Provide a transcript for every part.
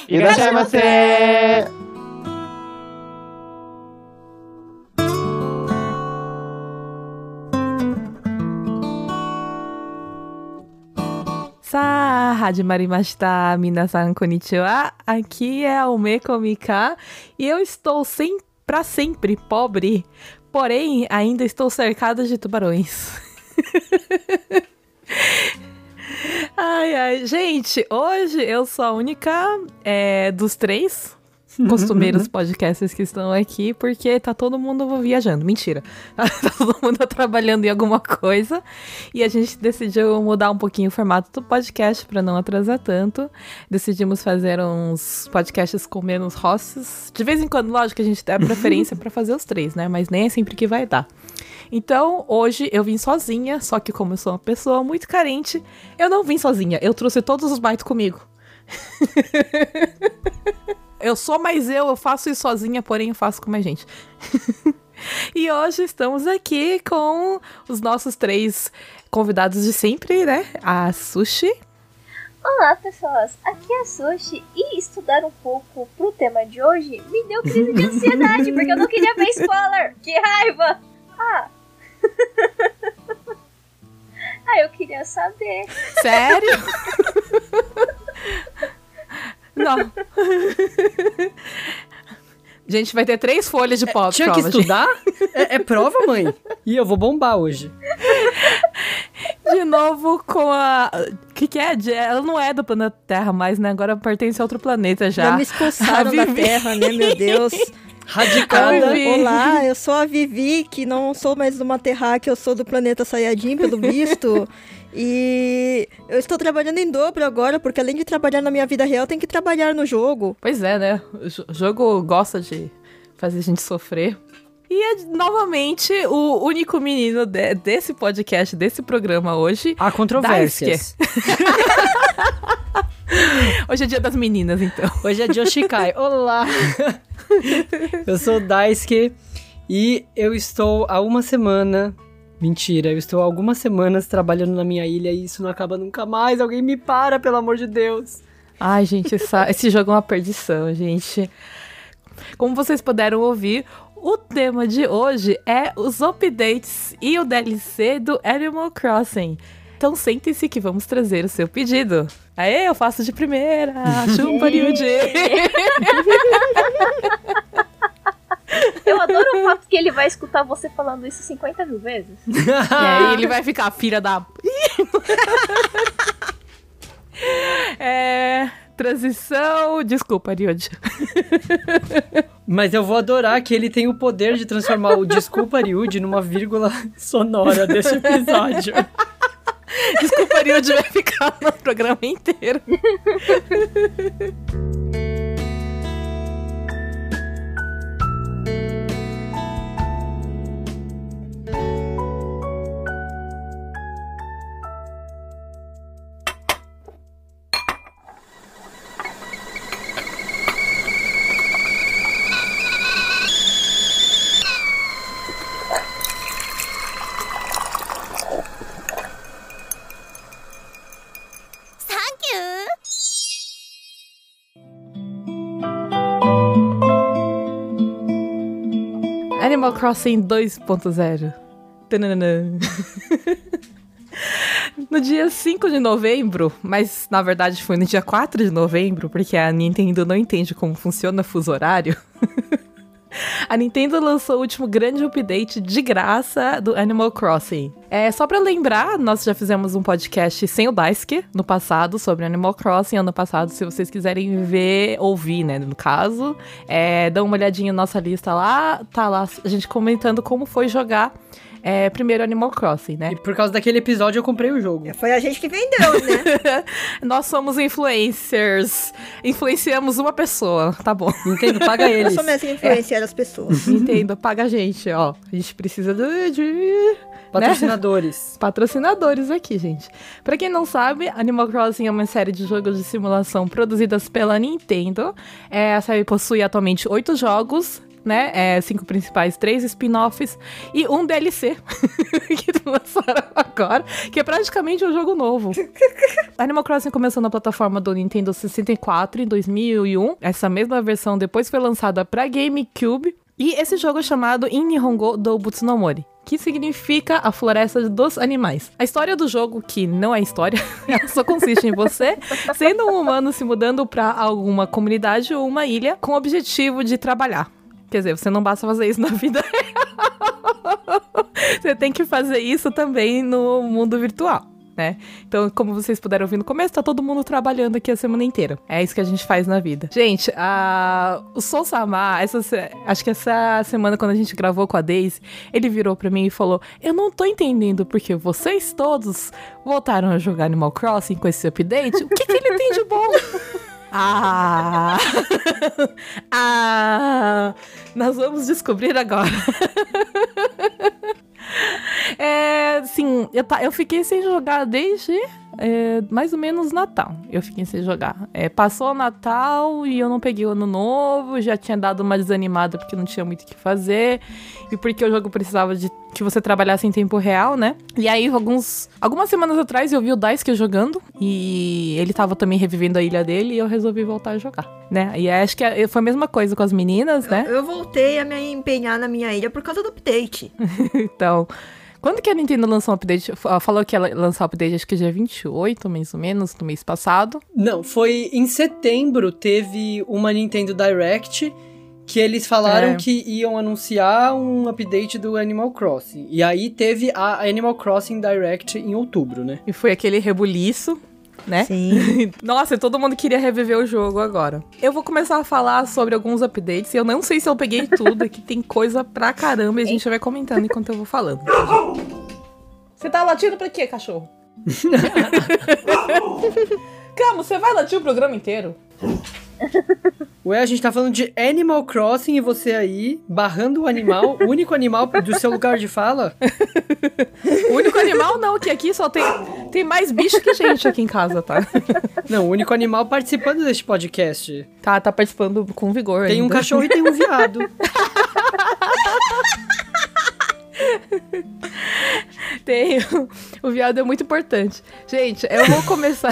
Irashaimase! Hajimashita, minasan konnichiwa. Aqui é a Umeko Mika e eu estou pra sempre pobre, porém ainda estou cercada de tubarões. Ai, gente, hoje eu sou a única dos três costumeiros podcasters que estão aqui, porque tá todo mundo viajando. Mentira. Tá todo mundo trabalhando em alguma coisa. E a gente decidiu mudar um pouquinho o formato do podcast para não atrasar tanto. Decidimos fazer uns podcasts com menos hosts. De vez em quando, lógico, a gente dá preferência para fazer os três, né? Mas nem é sempre que vai dar. Então, hoje eu vim sozinha, só que como eu sou uma pessoa muito carente, eu não vim sozinha. Eu trouxe todos os bytes comigo. Eu sou mais eu faço isso sozinha, porém eu faço com mais gente. E hoje estamos aqui com os nossos três convidados de sempre, né? A Sushi. Olá, pessoas. Aqui é a Sushi. E estudar um pouco pro tema de hoje me deu crise de ansiedade, porque eu não queria ver spoiler. Que raiva! Eu queria saber. Sério? Não. Gente, vai ter 3 folhas de prova. Tinha que estudar? É prova, mãe? E eu vou bombar hoje. De novo com a... O que é? Ela não é do planeta Terra mais, né? Agora pertence a outro planeta já. Já me expulsaram da Terra, né, meu Deus. Radicada. Olá, eu sou a Vivi, que não sou mais de uma terráquea, eu sou do planeta Saiyajin, pelo visto. E eu estou trabalhando em dobro agora, porque além de trabalhar na minha vida real, tem que trabalhar no jogo. Pois é, né? O jogo gosta de fazer a gente sofrer. E novamente, o único menino desse podcast, desse programa hoje... Há controvérsias. Hoje é dia das meninas, então. Hoje é Joshikai. Olá! Eu sou o Daisuke e eu estou há uma semana... Mentira, eu estou há algumas semanas trabalhando na minha ilha e isso não acaba nunca mais. Alguém me para, pelo amor de Deus. Ai, gente, esse jogo é uma perdição, gente. Como vocês puderam ouvir, o tema de hoje é os updates e o DLC do Animal Crossing. Então sente-se que vamos trazer o seu pedido. Aê, eu faço de primeira! Chupa, Ryuji! Eu adoro o fato que ele vai escutar você falando isso 50 mil vezes. E aí ele vai ficar filha da... Transição... Desculpa, Ryuji. Mas eu vou adorar que ele tem o poder de transformar o Desculpa, Ryuji numa vírgula sonora desse episódio. Desculpa, Ryuji vai ficar no programa inteiro. Animal Crossing 2.0. No dia 5 de novembro, mas na verdade foi no dia 4 de novembro, porque a Nintendo não entende como funciona fuso horário. A Nintendo lançou o último grande update de graça do Animal Crossing. Só pra lembrar, nós já fizemos um podcast sem o Daisuke no passado sobre Animal Crossing. Ano passado, se vocês quiserem ouvir, né, no caso, dá uma olhadinha na nossa lista lá, tá lá a gente comentando como foi jogar primeiro Animal Crossing, né? E por causa daquele episódio eu comprei o jogo. Foi a gente que vendeu, né? Nós somos influencers. Influenciamos uma pessoa, tá bom. Nintendo, paga eles. Eu sou mesmo influenciar as pessoas. Nintendo, paga a gente, ó. A gente precisa de patrocinadores. Né? Patrocinadores aqui, gente. Pra quem não sabe, Animal Crossing é uma série de jogos de simulação produzidas pela Nintendo. A série possui atualmente 8 jogos, né? 5 principais, 3 spin-offs e um DLC que lançaram agora, que é praticamente um jogo novo. Animal Crossing começou na plataforma do Nintendo 64 em 2001. Essa mesma versão depois foi lançada pra GameCube. E esse jogo é chamado In Nihongo Doubutsu no Mori, que significa a floresta dos animais. A história do jogo, que não é história, ela só consiste em você sendo um humano se mudando pra alguma comunidade ou uma ilha com o objetivo de trabalhar. Quer dizer, você não basta fazer isso na vida real. Você tem que fazer isso também no mundo virtual, né? Então, como vocês puderam ouvir no começo, tá todo mundo trabalhando aqui a semana inteira. É isso que a gente faz na vida. Gente, o Sousama, acho que essa semana, quando a gente gravou com a Daisy, ele virou pra mim e falou: eu não tô entendendo porque vocês todos voltaram a jogar Animal Crossing com esse update. O que ele tem de bom? Nós vamos descobrir agora. Sim, eu fiquei sem jogar desde mais ou menos Natal. Eu fiquei sem jogar. Passou o Natal e eu não peguei o Ano Novo. Já tinha dado uma desanimada porque não tinha muito o que fazer. E porque o jogo precisava de que você trabalhasse em tempo real, né? E aí, algumas semanas atrás, eu vi o Daisuke jogando. E ele tava também revivendo a ilha dele. E eu resolvi voltar a jogar, né? E acho que foi a mesma coisa com as meninas, né? Eu voltei a me empenhar na minha ilha por causa do update. Então... Quando que a Nintendo lançou um update? Falou que ia lançar o update, acho que dia 28, mais ou menos, do mês passado. Não, foi em setembro, teve uma Nintendo Direct, que eles falaram que iam anunciar um update do Animal Crossing. E aí teve a Animal Crossing Direct em outubro, né? E foi aquele rebuliço, né? Sim. Nossa, todo mundo queria reviver o jogo agora. Eu vou começar a falar sobre alguns updates. Eu não sei se eu peguei tudo, aqui tem coisa pra caramba e a gente vai comentando enquanto eu vou falando. Você tá latindo pra quê, cachorro? Camo, você vai latir o programa inteiro? Ué, a gente tá falando de Animal Crossing e você aí, barrando o animal, o único animal do seu lugar de fala? O único animal não, que aqui só tem mais bicho que gente aqui em casa, tá? Não, o único animal participando deste podcast. Tá participando com vigor Tem ainda. um cachorro e tem um viado. O viado é muito importante. Gente, eu vou começar...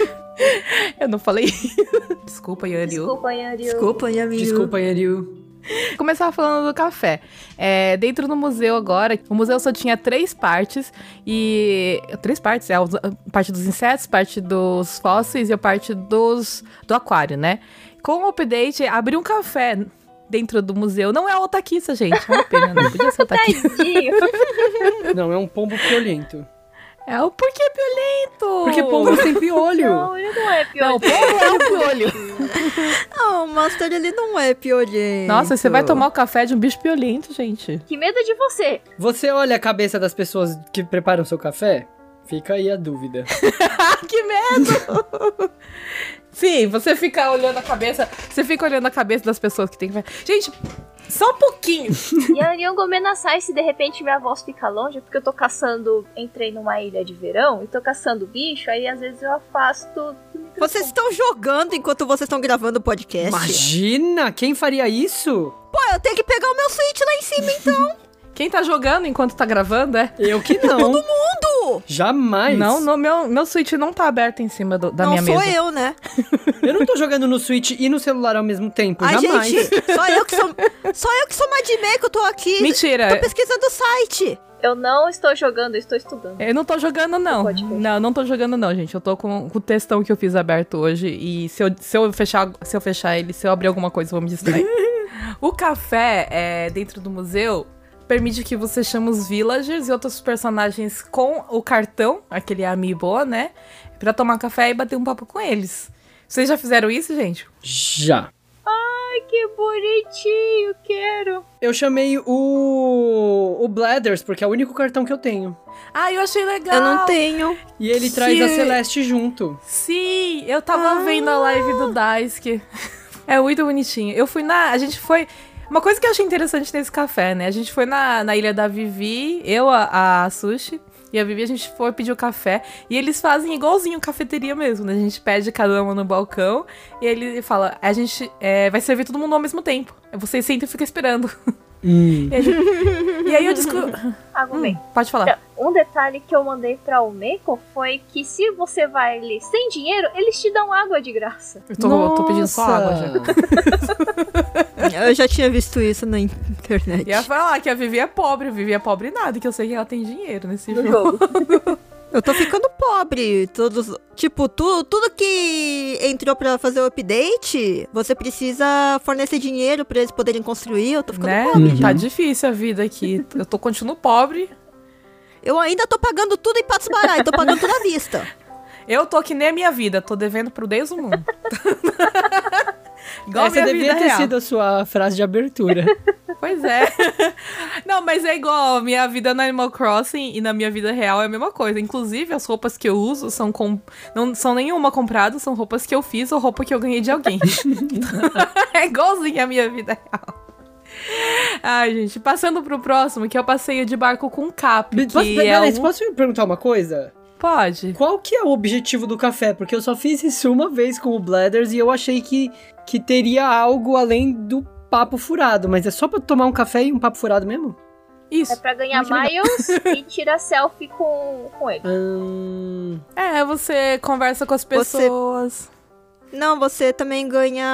Eu não falei. Desculpa, Yanryu. Desculpa, Yanryu. Começar falando do café. Dentro do museu agora, o museu só tinha 3 partes. E... 3 partes, a parte dos insetos, parte dos fósseis e a parte do aquário, né? Com o update, abriu um café dentro do museu. Não é otaquiça, gente. É uma pena, não podia ser otaquiça. Não, é um pombo piolento. O porquê piolento? Porque pombo tem piolho. Não, ele não é piolho. Não, pombo é o piolho. Não, o Master, ele não é piolento. Nossa, você vai tomar o café de um bicho piolento, gente. Que medo de você. Você olha a cabeça das pessoas que preparam seu café? Fica aí a dúvida. Que medo! Sim, você fica olhando a cabeça. Você fica olhando a cabeça das pessoas que tem que... Gente, só um pouquinho. Yangonmenasai, se de repente minha voz fica longe, porque eu tô caçando... Entrei numa ilha de verão e tô caçando bicho, aí às vezes eu afasto... Vocês estão jogando enquanto vocês estão gravando o podcast? Imagina! Quem faria isso? Pô, eu tenho que pegar o meu Switch lá em cima, então. Quem tá jogando enquanto tá gravando, Eu que não. Todo mundo! Jamais. Não, meu Switch não tá aberto em cima da minha mesa. Não sou eu, né? Eu não tô jogando no Switch e no celular ao mesmo tempo, Ai, jamais. gente, só eu que sou Madimê que eu tô aqui. Mentira. Tô pesquisando o site. Eu não estou jogando, eu estou estudando. Eu não tô jogando, não. Não tô jogando, não, gente. Eu tô com o textão que eu fiz aberto hoje. E se eu fechar ele, se eu abrir alguma coisa, eu vou me distrair. O café dentro do museu permite que você chame os villagers e outros personagens com o cartão, aquele amiibo, né? Pra tomar café e bater um papo com eles. Vocês já fizeram isso, gente? Já. Ai, que bonitinho, quero. Eu chamei o Blathers, porque é o único cartão que eu tenho. Ah, eu achei legal. Eu não tenho. E ele traz a Celeste junto. Sim, eu tava vendo a live do Daisuke. É muito bonitinho. A gente foi... Uma coisa que eu achei interessante nesse café, né? A gente foi na ilha da Vivi, eu, a Sushi e a Vivi, a gente foi pedir o café. E eles fazem igualzinho cafeteria mesmo, né? A gente pede cada uma no balcão e ele fala, a gente vai servir todo mundo ao mesmo tempo. Você senta e fica esperando. E aí eu descobri... Pode falar. Um detalhe que eu mandei pra o Meiko foi que se você vai ali sem dinheiro, eles te dão água de graça. Eu tô pedindo só água já. Eu já tinha visto isso na internet. Ia falar que a Vivi é pobre nada, que eu sei que ela tem dinheiro nesse jogo. Eu tô ficando pobre. Tudo que entrou pra fazer o update, você precisa fornecer dinheiro pra eles poderem construir. Eu tô ficando pobre. Tá difícil a vida aqui. Continuo pobre. Eu ainda tô pagando tudo em Patos Barai, tô pagando tudo à vista. Eu tô que nem a minha vida, tô devendo pro Deus do mundo. Igual Essa devia ter sido a sua frase de abertura. Pois é. Não, mas é igual, minha vida no Animal Crossing e na minha vida real é a mesma coisa. Inclusive, as roupas que eu uso não são nenhuma comprada, são roupas que eu fiz ou roupa que eu ganhei de alguém. É igualzinho a minha vida real. Ai, gente, passando pro próximo, que é o passeio de barco com Cap. Posso me perguntar uma coisa? Pode. Qual que é o objetivo do café? Porque eu só fiz isso uma vez com o Bladders e eu achei que teria algo além do papo furado. Mas é só pra tomar um café e um papo furado mesmo? Isso. É pra ganhar miles e tirar selfie com ele. Você conversa com as pessoas. Não, você também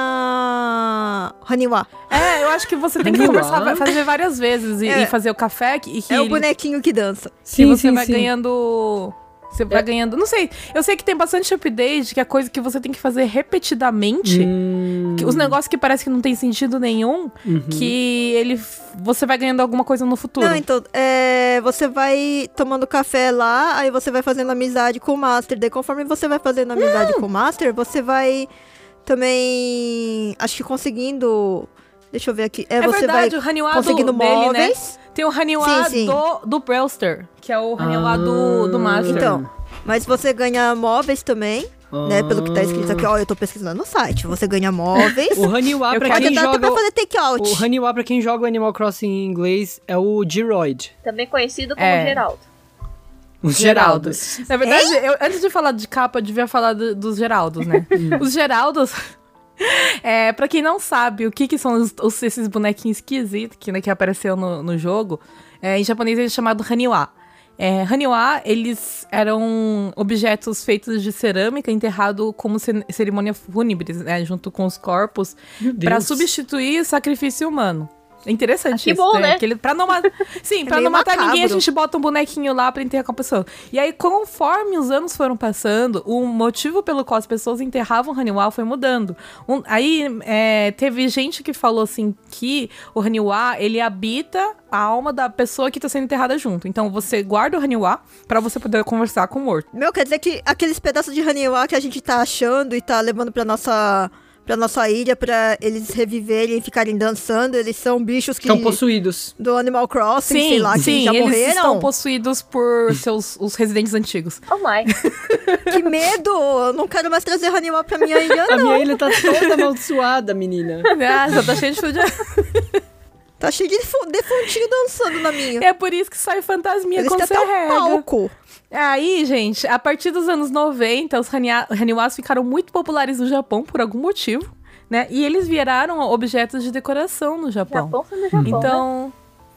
ganha Haniwa. Eu acho que você tem que conversar, fazer várias vezes e fazer o café. É o bonequinho que dança. Sim, você vai ganhando... Você vai ganhando... Não sei. Eu sei que tem bastante update, que é coisa que você tem que fazer repetidamente. Os negócios que parece que não tem sentido nenhum. Que você vai ganhando alguma coisa no futuro. Não, então... você vai tomando café lá, aí você vai fazendo amizade com o Master. Daí conforme você vai fazendo amizade com o Master, você vai também... Acho que conseguindo... Deixa eu ver aqui. Você verdade, vai o Haniwa conseguindo dele, móveis. Né? Tem o Haniwa do Brewster, que é o Haniwa do Master. Então, mas você ganha móveis também, né? Pelo que tá escrito aqui, eu tô pesquisando no site. Você ganha móveis. O Haniwa, pra quem joga... pra fazer take-out. O Haniwa, pra quem joga o Animal Crossing em inglês, é o Geroid. Também conhecido como Geraldo. Os Geraldos. Na verdade, antes de falar de capa, eu devia falar dos Geraldos, né? Os Geraldos... pra quem não sabe o que são esses bonequinhos esquisitos que apareceu no jogo, em japonês ele é chamado Haniwa. Haniwa, eles eram objetos feitos de cerâmica enterrados como cerimônia fúnebre, né, junto com os corpos, para substituir o sacrifício humano. É interessante isso, bom, né? Pra não matar macabro. ninguém, a gente bota um bonequinho lá pra enterrar com a pessoa. E aí, conforme os anos foram passando, o motivo pelo qual as pessoas enterravam o Haniwa foi mudando. Teve gente que falou assim que o Haniwa, ele habita a alma da pessoa que tá sendo enterrada junto. Então, você guarda o Haniwa pra você poder conversar com o morto. Quer dizer que aqueles pedaços de Haniwa que a gente tá achando e tá levando pra nossa ilha, pra eles reviverem e ficarem dançando, eles são bichos que... Estão possuídos. Do Animal Crossing, sei lá, que já morreram. Eles estão possuídos por os residentes antigos. Oh my. Que medo! Eu não quero mais trazer Haniwa pra minha ilha, não. A minha ilha tá toda amaldiçoada, menina. Já tá cheio de food. Tá cheio de defuntinho dançando na minha. É por isso que sai fantasminha quando você rega. Palco. Aí, gente, a partir dos anos 90, os Haniwas ficaram muito populares no Japão por algum motivo, né? E eles viraram objetos de decoração no Japão. Então,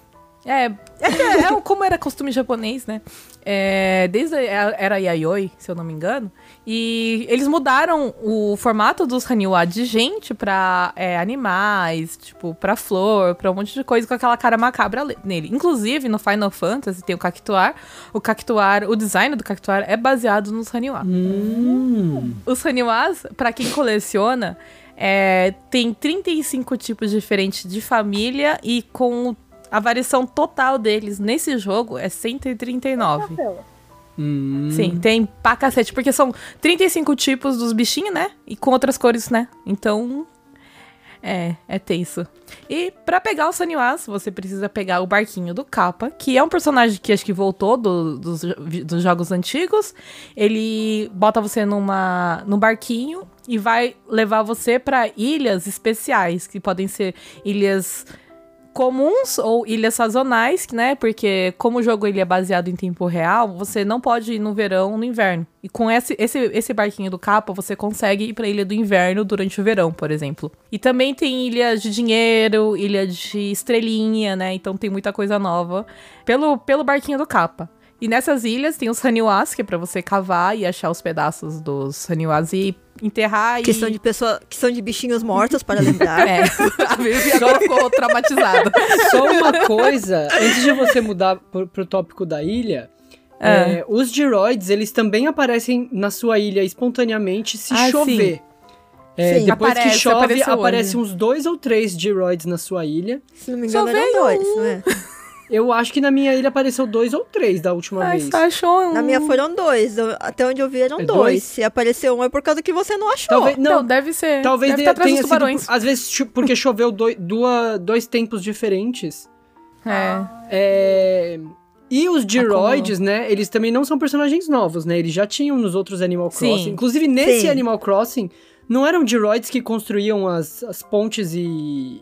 como era costume japonês, né? Desde a era Yayoi, se eu não me engano. E eles mudaram o formato dos Haniwa de gente pra animais, tipo, pra flor, pra um monte de coisa com aquela cara macabra nele. Inclusive, no Final Fantasy tem o Cactuar. O design do Cactuar é baseado nos Haniwa. Os Haniwas, pra quem coleciona, tem 35 tipos diferentes de família e com a variação total deles nesse jogo é 139. Sim, tem pra cacete, porque são 35 tipos dos bichinhos, né? E com outras cores, né? Então, é tenso. E pra pegar os Haniwas, você precisa pegar o barquinho do Kappa, que é um personagem que acho que voltou dos jogos antigos. Ele bota você num barquinho e vai levar você pra ilhas especiais, que podem ser ilhas comuns ou ilhas sazonais, né? Porque como o jogo ele é baseado em tempo real, você não pode ir no verão ou no inverno. E com esse barquinho do Kappa, você consegue ir pra Ilha do Inverno durante o verão, por exemplo. E também tem ilha de dinheiro, ilha de estrelinha, né? Então tem muita coisa nova pelo barquinho do Kappa. E nessas ilhas tem os haniwas, que é pra você cavar e achar os pedaços dos haniwas e enterrar. Que são de bichinhos mortos, para lembrar. A Vivi agora ficou traumatizada. Só uma coisa, antes de você mudar pro tópico da ilha, os Giroids, eles também aparecem na sua ilha espontaneamente se chover. Sim. Depois que chove, hoje. aparecem uns 2 ou 3 Giroids na sua ilha. Se não me engano, eram 2, não é? Eu acho que na minha ilha apareceu 2 ou 3 da última vez. Você achou um... Na minha foram 2. Até onde eu vi eram 2. dois? Se apareceu um é por causa que você não achou. Talvez, Não, deve ser. Talvez deve estar atrás tenha dos sido, tubarões. às vezes, porque choveu dois tempos diferentes. E os Giroids, né, eles também não são personagens novos, né? Eles já tinham nos outros Animal Crossing. Sim. Inclusive, nesse Sim. Animal Crossing, não eram Giroids que construíam as pontes e...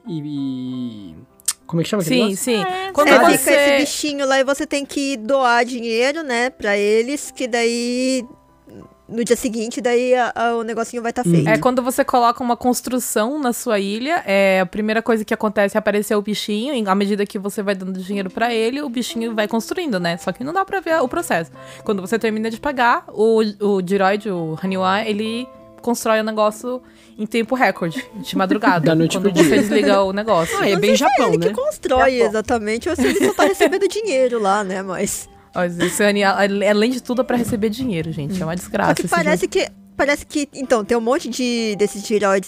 Como é que chama aquele negócio? Sim. Quando Fica você... esse bichinho lá e você tem que doar dinheiro, né, pra eles, que daí... No dia seguinte, daí o negocinho vai estar feito. Quando você coloca uma construção na sua ilha, a primeira coisa que acontece é aparecer o bichinho, e à medida que você vai dando dinheiro pra ele, o bichinho vai construindo, né? Só que não dá pra ver o processo. Quando você termina de pagar, o Giroid, o Haniwa, ele constrói o negócio em tempo recorde, de madrugada. Da noite quando pro você dia. desliga o negócio. É bem Japão, Ele né? que constrói exatamente, ou se ele só tá recebendo dinheiro lá, né, mas... Esse Haniwa, além de tudo, é pra receber dinheiro, gente. É uma desgraça. Só que esse jogo. parece que, então, tem um monte desses Giroids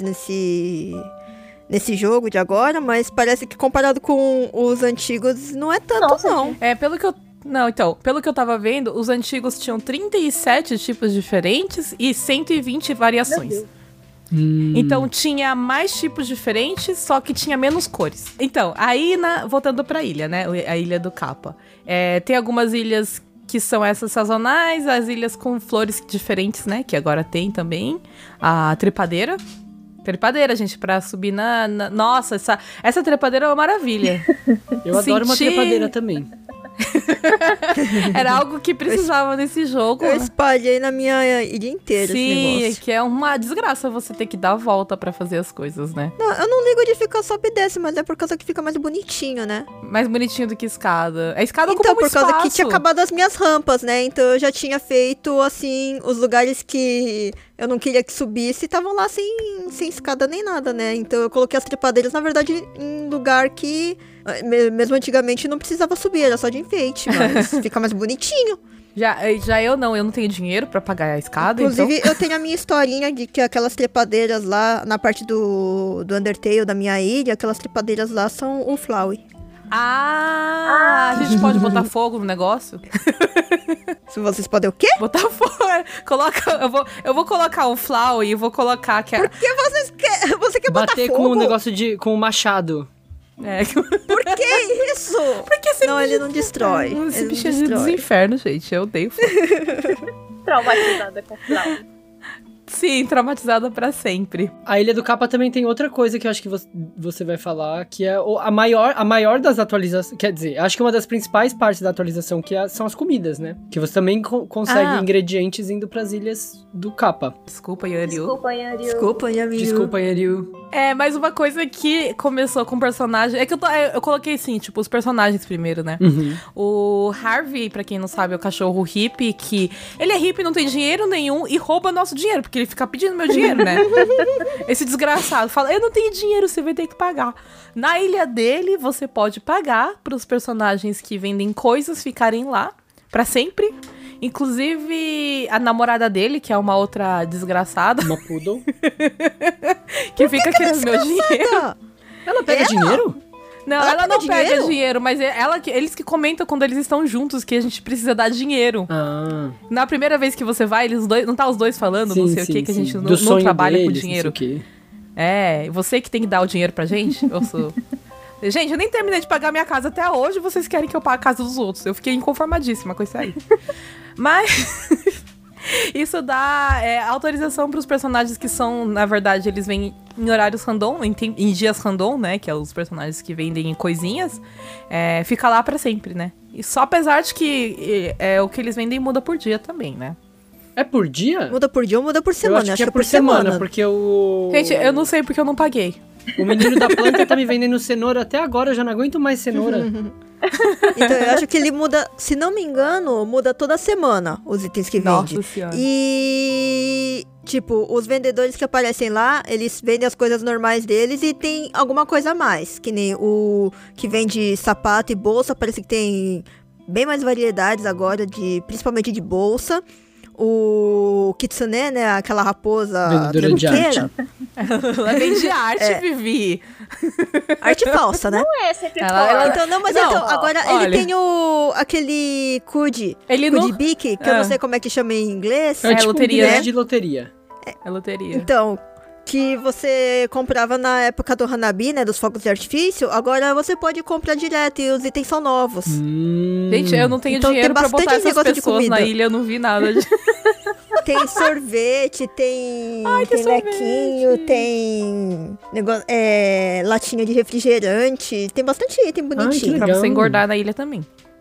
nesse jogo de agora, mas parece que comparado com os antigos, não é tanto, Nossa, não. Pelo que eu tava vendo, os antigos tinham 37 tipos diferentes e 120 variações. Então tinha mais tipos diferentes, só que tinha menos cores. Então, aí voltando pra ilha, né? A ilha do Kappa. Tem algumas ilhas que são essas sazonais, as ilhas com flores diferentes, né? Que agora tem também. A trepadeira. Trepadeira, gente, pra subir Nossa, essa trepadeira é uma maravilha. Eu adoro uma trepadeira também. Era algo que precisava nesse jogo. Eu espalhei na minha ilha inteira esse negócio. Sim, que é uma desgraça você ter que dar a volta pra fazer as coisas, né? Não, eu não ligo de ficar sobe e desce, mas é por causa que fica mais bonitinho, né? Mais bonitinho do que escada. A escada Então, ocupa muito por causa espaço. que tinha acabado as minhas rampas, né? Então eu já tinha feito, assim, os lugares que eu não queria que subisse, estavam lá sem escada nem nada, né? Então eu coloquei as trepadeiras, na verdade, em lugar que, mesmo antigamente, não precisava subir, era só de enfeite, mas fica mais bonitinho. Já eu não tenho dinheiro pra pagar a escada, Inclusive, então... eu tenho a minha historinha de que aquelas trepadeiras lá, na parte do Undertale, da minha ilha, aquelas trepadeiras lá são o Flowey. A gente pode botar fogo no negócio? Se vocês podem o quê? Botar fogo. Eu vou colocar o Flow e vou colocar que Por que você quer botar Bater fogo? com o negócio com o machado. Por que isso? Porque esse Não, ele não destrói. Esse Ele bicho não é dos destrói. infernos, gente. Eu odeio fogo. Traumatizada com Flau. Sim, traumatizada pra sempre. A Ilha do Kappa também tem outra coisa que eu acho que você vai falar, que é a maior das atualizações. Quer dizer, acho que uma das principais partes da atualização são as comidas, né? Que você também consegue ingredientes indo pras ilhas do Kappa. Desculpa, Yanryu. Desculpa, Yamiru. Desculpa, Yanryu. Mas uma coisa que começou com personagem... É que eu coloquei assim, tipo, os personagens primeiro, né? Uhum. O Harvey, pra quem não sabe, é o cachorro hippie, que... Ele é hippie, não tem dinheiro nenhum e rouba nosso dinheiro, porque ele fica pedindo meu dinheiro, né? Esse desgraçado fala, eu não tenho dinheiro, você vai ter que pagar. Na ilha dele, você pode pagar pros personagens que vendem coisas ficarem lá pra sempre. Inclusive, a namorada dele, que é uma outra desgraçada. Uma poodle. que fica querendo meu dinheiro. Ela pega dinheiro? Não, Ela ela não pega pega dinheiro? dinheiro, mas eles que comentam quando eles estão juntos que a gente precisa dar dinheiro. Ah. Na primeira vez que você vai, eles dois, não tá os dois falando, Sim, não sei o sim, que, que a sim. gente Do não sonho trabalha deles, com dinheiro. Não sei o quê. Você que tem que dar o dinheiro pra gente? Eu sou... Gente, eu nem terminei de pagar minha casa até hoje, vocês querem que eu pague a casa dos outros. Eu fiquei inconformadíssima com isso aí. Mas... Isso dá autorização pros personagens que são, na verdade, eles vêm em horários random, em dias random, né? Que é os personagens que vendem coisinhas. Fica lá pra sempre, né? E só apesar de que o que eles vendem muda por dia também, né? É por dia? Muda por dia ou muda por Eu semana? acho que é por semana, porque o... Gente, eu não sei porque eu não paguei. O menino da planta tá me vendendo cenoura até agora, eu já não aguento mais cenoura. Então eu acho que ele muda, se não me engano, muda toda semana os itens que vende. Nossa senhora. E tipo, os vendedores que aparecem lá, eles vendem as coisas normais deles e tem alguma coisa a mais, que nem o que vende sapato e bolsa, parece que tem bem mais variedades agora, principalmente de bolsa. O Kitsune, né? Aquela raposa vendedora de arte. Ela vende arte, Vivi. Arte falsa, né? Não é sempre Ela- Então, não, mas Não, então, agora olha. ele tem aquele Kuji Ele não... de bique, que eu não sei como é que chama em inglês. É tipo loteria, um bilhete né? de loteria. É loteria. Então, que você comprava na época do Hanabi, né, dos fogos de artifício, agora você pode comprar direto e os itens são novos. Gente, eu não tenho Então, dinheiro tem pra botar bastante essas negócio de pessoas na comida. ilha, eu não vi nada de... Tem sorvete, tem, que tem lequinho, tem latinha de refrigerante, tem bastante item bonitinho. Pra Legal. você engordar na ilha também.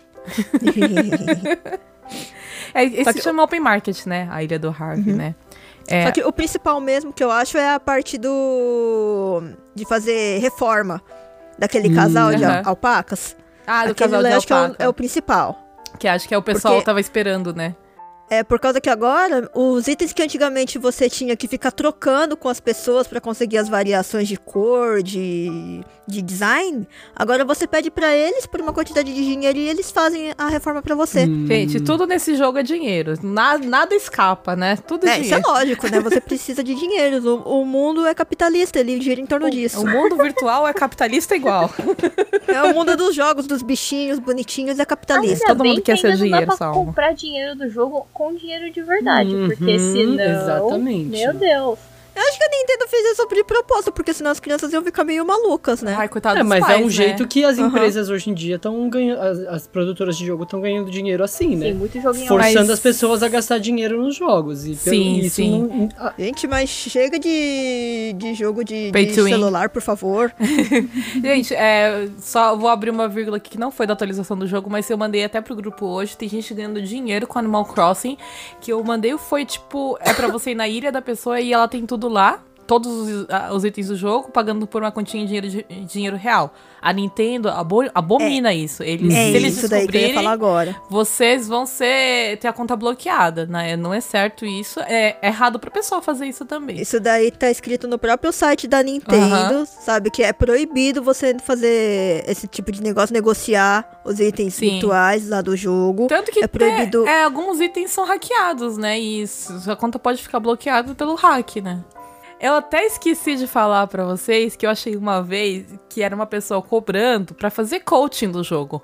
Esse se chama Open Market, né? A ilha do Harvey, né? Só que o principal mesmo que eu acho é a parte de fazer reforma daquele casal de Aham. alpacas. Ah, do Aquele casal de eu acho que alpaca. é o principal. Que acho que é o pessoal Porque- tava esperando, né? É por causa que agora, os itens que antigamente você tinha que ficar trocando com as pessoas pra conseguir as variações de cor, de design, agora você pede pra eles por uma quantidade de dinheiro e eles fazem a reforma pra você. Gente, tudo nesse jogo é dinheiro. Nada escapa, né? Tudo é Isso é dinheiro. lógico, né? Você precisa de dinheiro. O mundo é capitalista, ele gira em torno disso. O mundo virtual é capitalista igual. É o mundo dos jogos, dos bichinhos bonitinhos, é capitalista. Todo mundo bem quer que seu ainda não dinheiro, dá pra Salma. comprar dinheiro do jogo com dinheiro de verdade, porque senão... exatamente. Meu Deus. Eu acho que a Nintendo fez isso de propósito, porque senão as crianças iam ficar meio malucas, né? Ai, coitado É, dos mas pais, é um né? jeito que as empresas hoje em dia estão ganhando, as produtoras de jogo estão ganhando dinheiro assim, né? Tem muito joguinho Forçando Mas- as pessoas a gastar dinheiro nos jogos. E pelo Sim, isso sim. Gente, mas chega de jogo de Pay to win. celular, por favor. Gente, só vou abrir uma vírgula aqui que não foi da atualização do jogo, mas eu mandei até pro grupo hoje. Tem gente ganhando dinheiro com Animal Crossing. Que eu mandei foi tipo: é pra você ir na ilha da pessoa e ela tem tudo lá. Todos os itens do jogo, pagando por uma continha de dinheiro real. A Nintendo abomina isso. Se eles isso daí que eu ia descobrirem, falar agora. vocês vão ter a conta bloqueada, né? Não é certo isso. É errado pra pessoa fazer isso também. Isso daí tá escrito no próprio site da Nintendo, sabe? Que é proibido você fazer esse tipo de negócio, negociar os itens Sim. virtuais lá do jogo. Tanto que é proibido. alguns itens são hackeados, né? E sua conta pode ficar bloqueada pelo hack, né? Eu até esqueci de falar pra vocês que eu achei uma vez que era uma pessoa cobrando pra fazer coaching do jogo.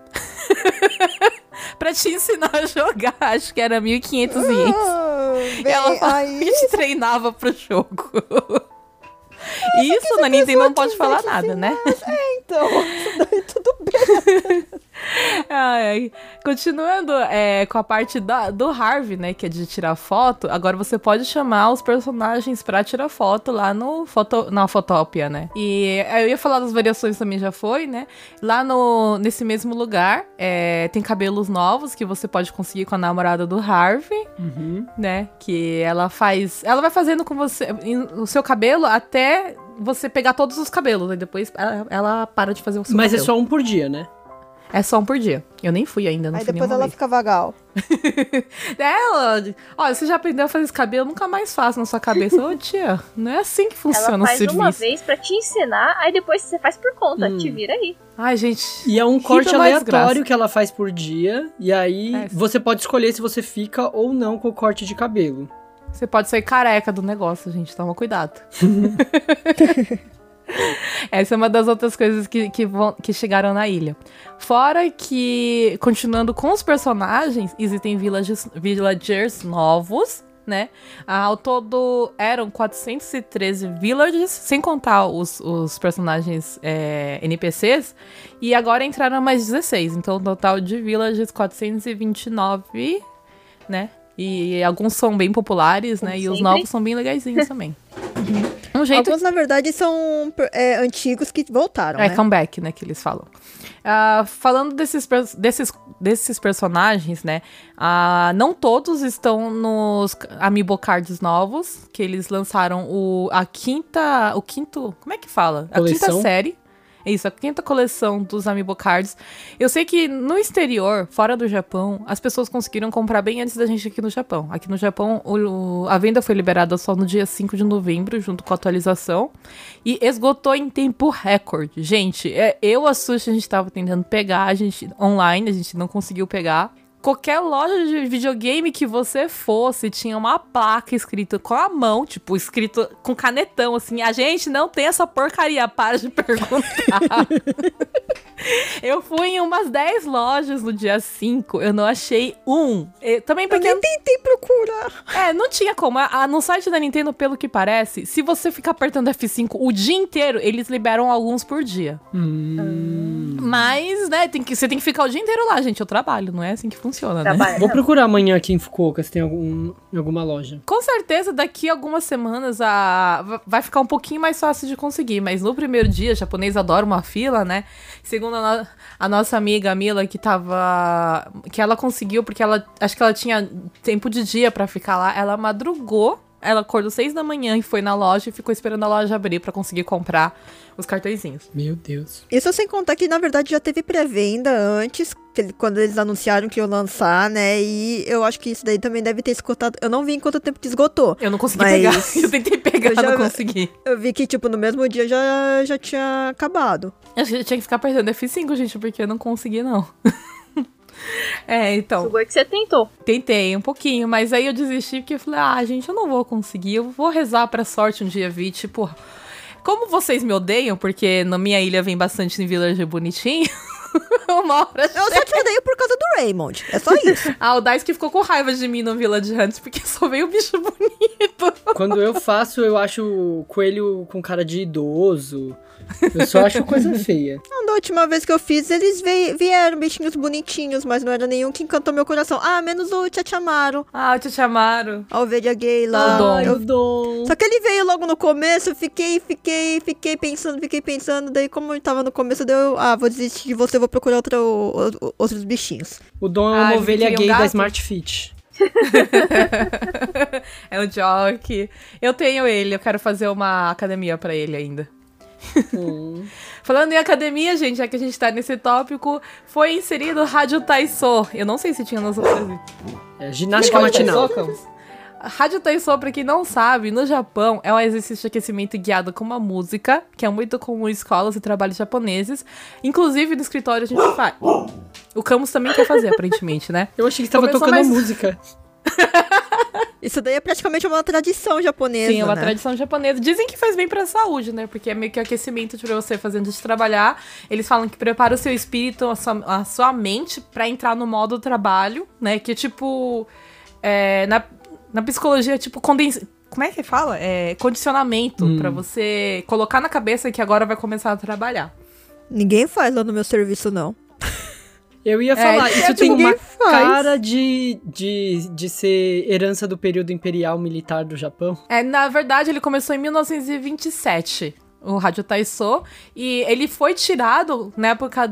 Pra te ensinar a jogar. Acho que era 1.500 ienes. Bem, Ela falava aí... que te treinava pro jogo. Isso na Nintendo não pode falar nada, né? Então, isso daí tudo bem. Ai. Continuando com a parte do Harvey, né, que é de tirar foto, agora você pode chamar os personagens pra tirar foto lá na Fotopia, né? E eu ia falar das variações também, já foi, né? Lá nesse mesmo lugar, tem cabelos novos que você pode conseguir com a namorada do Harvey, né? Que ela vai fazendo com você o seu cabelo até você pegar todos os cabelos, aí depois ela para de fazer o seu Mas cabelo. é só um por dia, né? É só um por dia. Eu nem fui ainda, não Aí fui depois nenhuma ela vez. fica vagal. Olha, você já aprendeu a fazer esse cabelo, nunca mais faço na sua cabeça. Ô, tia, não é assim que funciona Ela o faz serviço. uma vez pra te ensinar, aí depois você faz por conta. Te vira aí. Ai, gente. E é um corte Riba mais aleatório graça. que ela faz por dia. E aí É. você pode escolher se você fica ou não com o corte de cabelo. Você pode sair careca do negócio, gente. Toma cuidado. Essa é uma das outras coisas que chegaram na ilha. Fora que, continuando com os personagens, existem villagers novos, né? Ao todo eram 413 villagers, sem contar os personagens NPCs. E agora entraram mais 16. Então, o total de villagers 429, né? E alguns são bem populares, né? Como E os sempre. novos são bem legaisinhos também. Um jeito Alguns, na verdade, são antigos que voltaram, É né? comeback, né, que eles falam. Falando desses personagens, né, não todos estão nos Amiibo Cards novos, que eles lançaram como é que fala? A Coleção? quinta série. Isso, a quinta coleção dos Amiibo Cards. Eu sei que no exterior, fora do Japão, as pessoas conseguiram comprar bem antes da gente aqui no Japão. Aqui no Japão, a venda foi liberada só no dia 5 de novembro, junto com a atualização. E esgotou em tempo recorde. Gente, a Sushi, a gente tava tentando pegar, online, a gente não conseguiu pegar. Qualquer loja de videogame que você fosse, tinha uma placa escrita com a mão, tipo, escrito com canetão, assim, a gente não tem essa porcaria, para de perguntar. Eu fui em umas 10 lojas no dia 5, eu não achei um. Também porque... Eu nem tentei procurar. não tinha como. No site da Nintendo, pelo que parece, se você ficar apertando F5 o dia inteiro, eles liberam alguns por dia. Mas, né, você tem que ficar o dia inteiro lá, gente. Eu trabalho, não é assim que funciona, né? Vou procurar amanhã aqui em Fukuoka se tem em alguma loja. Com certeza, daqui a algumas semanas vai ficar um pouquinho mais fácil de conseguir. Mas no primeiro dia, o japonês adora uma fila, né? Segundo a nossa amiga Mila, que ela conseguiu, porque acho que ela tinha tempo de dia pra ficar lá, ela madrugou. Ela acordou 6 da manhã e foi na loja e ficou esperando a loja abrir pra conseguir comprar os cartõezinhos. Meu Deus. Isso sem contar que, na verdade, já teve pré-venda antes, quando eles anunciaram que iam lançar, né? E eu acho que isso daí também deve ter esgotado. Eu não vi em quanto tempo que esgotou. Eu não consegui pegar. Eu tentei pegar, não consegui. Eu vi que, tipo, no mesmo dia já tinha acabado. Eu tinha que ficar apertando F5, gente, porque eu não consegui, não. Então. Sugoi que você tentou. Tentei um pouquinho, mas aí eu desisti porque eu falei, gente, eu não vou conseguir, eu vou rezar pra sorte um dia vir, tipo, como vocês me odeiam, porque na minha ilha vem bastante em villager bonitinho, uma hora Eu só te odeio por causa do Raymond, é só isso. o Daisuke ficou com raiva de mim no Village Hunters, porque só veio bicho bonito. Quando eu faço, eu acho coelho com cara de idoso. Eu só acho coisa feia. Não, da última vez que eu fiz, eles vieram bichinhos bonitinhos, mas não era nenhum que encantou meu coração. Menos o Chachamaru. O Chachamaru. A ovelha gay lá. O Dom. Só que ele veio logo no começo, eu fiquei pensando, daí como eu tava no começo, vou desistir de você, vou procurar outros bichinhos. O Dom é uma ovelha gay da gato? Smart Fit. É um joke. Eu tenho ele, eu quero fazer uma academia pra ele ainda. Falando em academia, gente, já que a gente tá nesse tópico, foi inserido o Rádio Taiso. Eu não sei se tinha nas outras. Ginástica matinal. Rádio Taiso, pra quem não sabe, no Japão é um exercício de aquecimento guiado com uma música, que é muito comum em escolas e trabalhos japoneses. Inclusive, no escritório a gente faz. O Camus também quer fazer, aparentemente, né? Eu achei que tava tocando música. Isso daí é praticamente uma tradição japonesa, Sim, é uma né? tradição japonesa. Dizem que faz bem pra saúde, né? Porque é meio que aquecimento pra você fazer antes de trabalhar. Eles falam que prepara o seu espírito, a sua mente pra entrar no modo trabalho, né? Que tipo... Na psicologia, tipo, como é que fala? Condicionamento pra você colocar na cabeça que agora vai começar a trabalhar. Ninguém faz lá no meu serviço, não. Eu ia falar, isso tem uma faz. cara de ser herança do período imperial militar do Japão. Na verdade, ele começou em 1927, o Rádio Taiso, e ele foi tirado na época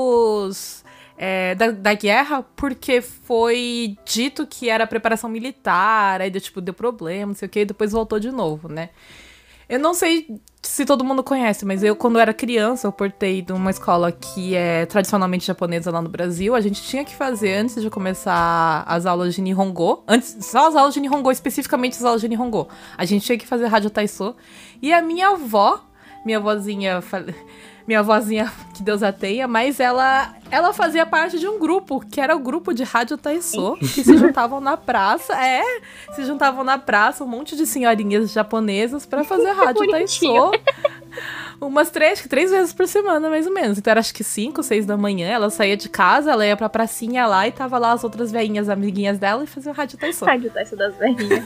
da guerra, porque foi dito que era preparação militar, aí deu problema, não sei o que, e depois voltou de novo, né? Eu não sei se todo mundo conhece, mas eu, quando era criança, eu portei de uma escola que é tradicionalmente japonesa lá no Brasil. A gente tinha que fazer, antes de começar as aulas de Nihongo, só as aulas de Nihongo, especificamente as aulas de Nihongo, a gente tinha que fazer Rádio Taiso. E a minha vozinha, que Deus a tenha, mas ela fazia parte de um grupo, que era o grupo de Rádio Taiso, que se juntavam na praça, um monte de senhorinhas japonesas pra fazer Rádio Taiso. Umas 3 vezes por semana, mais ou menos. Então era acho que 5, 6 da manhã, ela saía de casa, ela ia pra pracinha lá e tava lá as outras velhinhas, amiguinhas dela, e fazia Rádio Taiso. Rádio Taiso das velhinhas.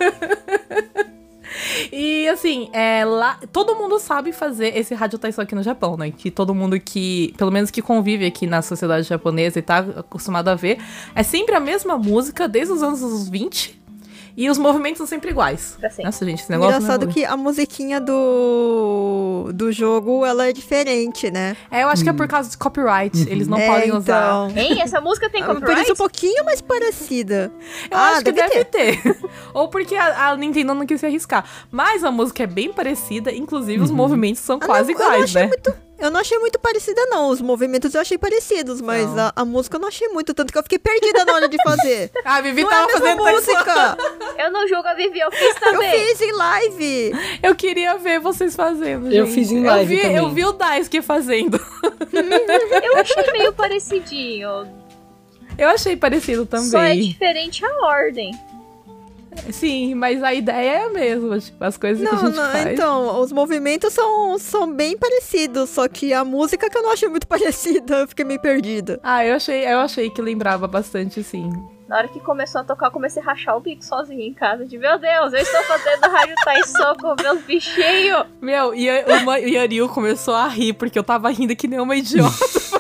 E assim, lá, todo mundo sabe fazer esse Rádio Taiso aqui no Japão, né? Que todo mundo que, pelo menos que convive aqui na sociedade japonesa e tá acostumado a ver, é sempre a mesma música desde os anos 20. E os movimentos são sempre iguais. Pra sempre. Nossa, gente, esse negócio... Engraçado que a musiquinha do jogo, ela é diferente, né? Eu acho que é por causa de copyright. Eles não podem usar. Então... Hein? Essa música tem Por copyright? isso um pouquinho mais parecida. Eu acho que deve ter. Ou porque a Nintendo não quis se arriscar. Mas a música é bem parecida, inclusive os movimentos são quase iguais, né? Eu não achei muito parecida, não. Os movimentos eu achei parecidos, mas a música eu não achei muito, tanto que eu fiquei perdida na hora de fazer. A Vivi Não tava é a mesma fazendo música. Eu não julgo a Vivi, eu fiz também. Eu fiz em live. Eu queria ver vocês fazendo, gente. Eu fiz em live também. Eu vi o Daisuke fazendo. Eu achei meio parecidinho. Eu achei parecido também. Só é diferente a ordem. Sim, mas a ideia é a mesma, tipo, as coisas que a gente faz. Então, os movimentos são bem parecidos, só que a música que eu não achei muito parecida, eu fiquei meio perdida. Eu achei que lembrava bastante, sim. Na hora que começou a tocar, eu comecei a rachar o bico sozinha em casa. De, meu Deus, eu estou fazendo Rádio Taisou com meus bichinhos. Meu, e o Yaril começou a rir, porque eu tava rindo que nem uma idiota.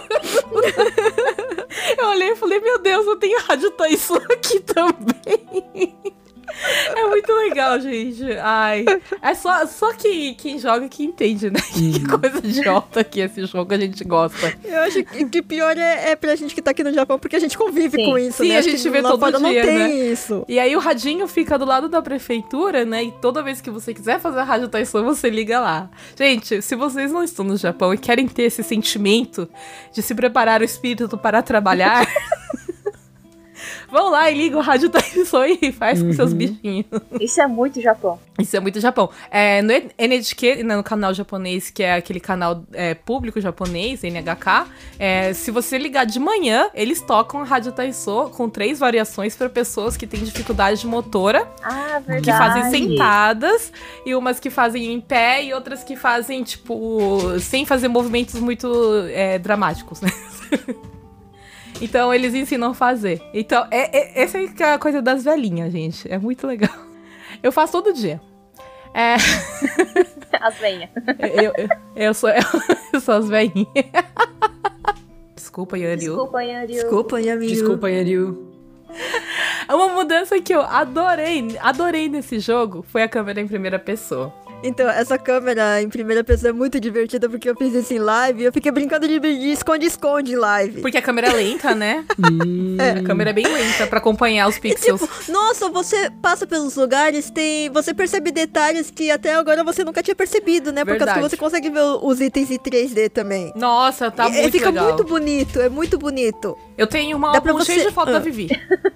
Eu olhei e falei, meu Deus, eu tenho Rádio Taisou aqui também. É muito legal, gente. Ai. É só quem joga que entende, né? Que coisa idiota que esse jogo a gente gosta. Eu acho que pior é pra gente que tá aqui no Japão, porque a gente convive com isso, Sim, né? a Acho gente que vê lá todo fora dia, não tem né? isso. E aí o radinho fica do lado da prefeitura, né? E toda vez que você quiser fazer a Rádio Taisou, você liga lá. Gente, se vocês não estão no Japão e querem ter esse sentimento de se preparar o espírito para trabalhar... Vão lá e liga o Rádio Taisou e faz com seus bichinhos. Isso é muito Japão. Isso é muito Japão. No NHK, no canal japonês, que é aquele canal público japonês, NHK, se você ligar de manhã, eles tocam a Rádio Taisou com 3 variações para pessoas que têm dificuldade motora. Ah, verdade. Que fazem sentadas, e umas que fazem em pé, e outras que fazem, tipo, sem fazer movimentos muito dramáticos, né? Então, eles ensinam a fazer. Então, essa é a coisa das velhinhas, gente. É muito legal. Eu faço todo dia. As venhas. Eu sou as velhinhas. Desculpa, Yanryu. Desculpa, Yamiru. Desculpa, Yanryu. Uma mudança que eu adorei nesse jogo foi a câmera em primeira pessoa. Então, essa câmera em primeira pessoa é muito divertida, porque eu fiz isso em live e eu fiquei brincando de esconde-esconde em live. Porque a câmera é lenta, né? A câmera é bem lenta pra acompanhar os pixels. E, tipo, nossa, você passa pelos lugares, você percebe detalhes que até agora você nunca tinha percebido, né? Por causa que você consegue ver os itens em 3D também. Nossa, tá muito fica legal. muito bonito, é muito bonito. Eu tenho uma álbum cheio de foto da Vivi.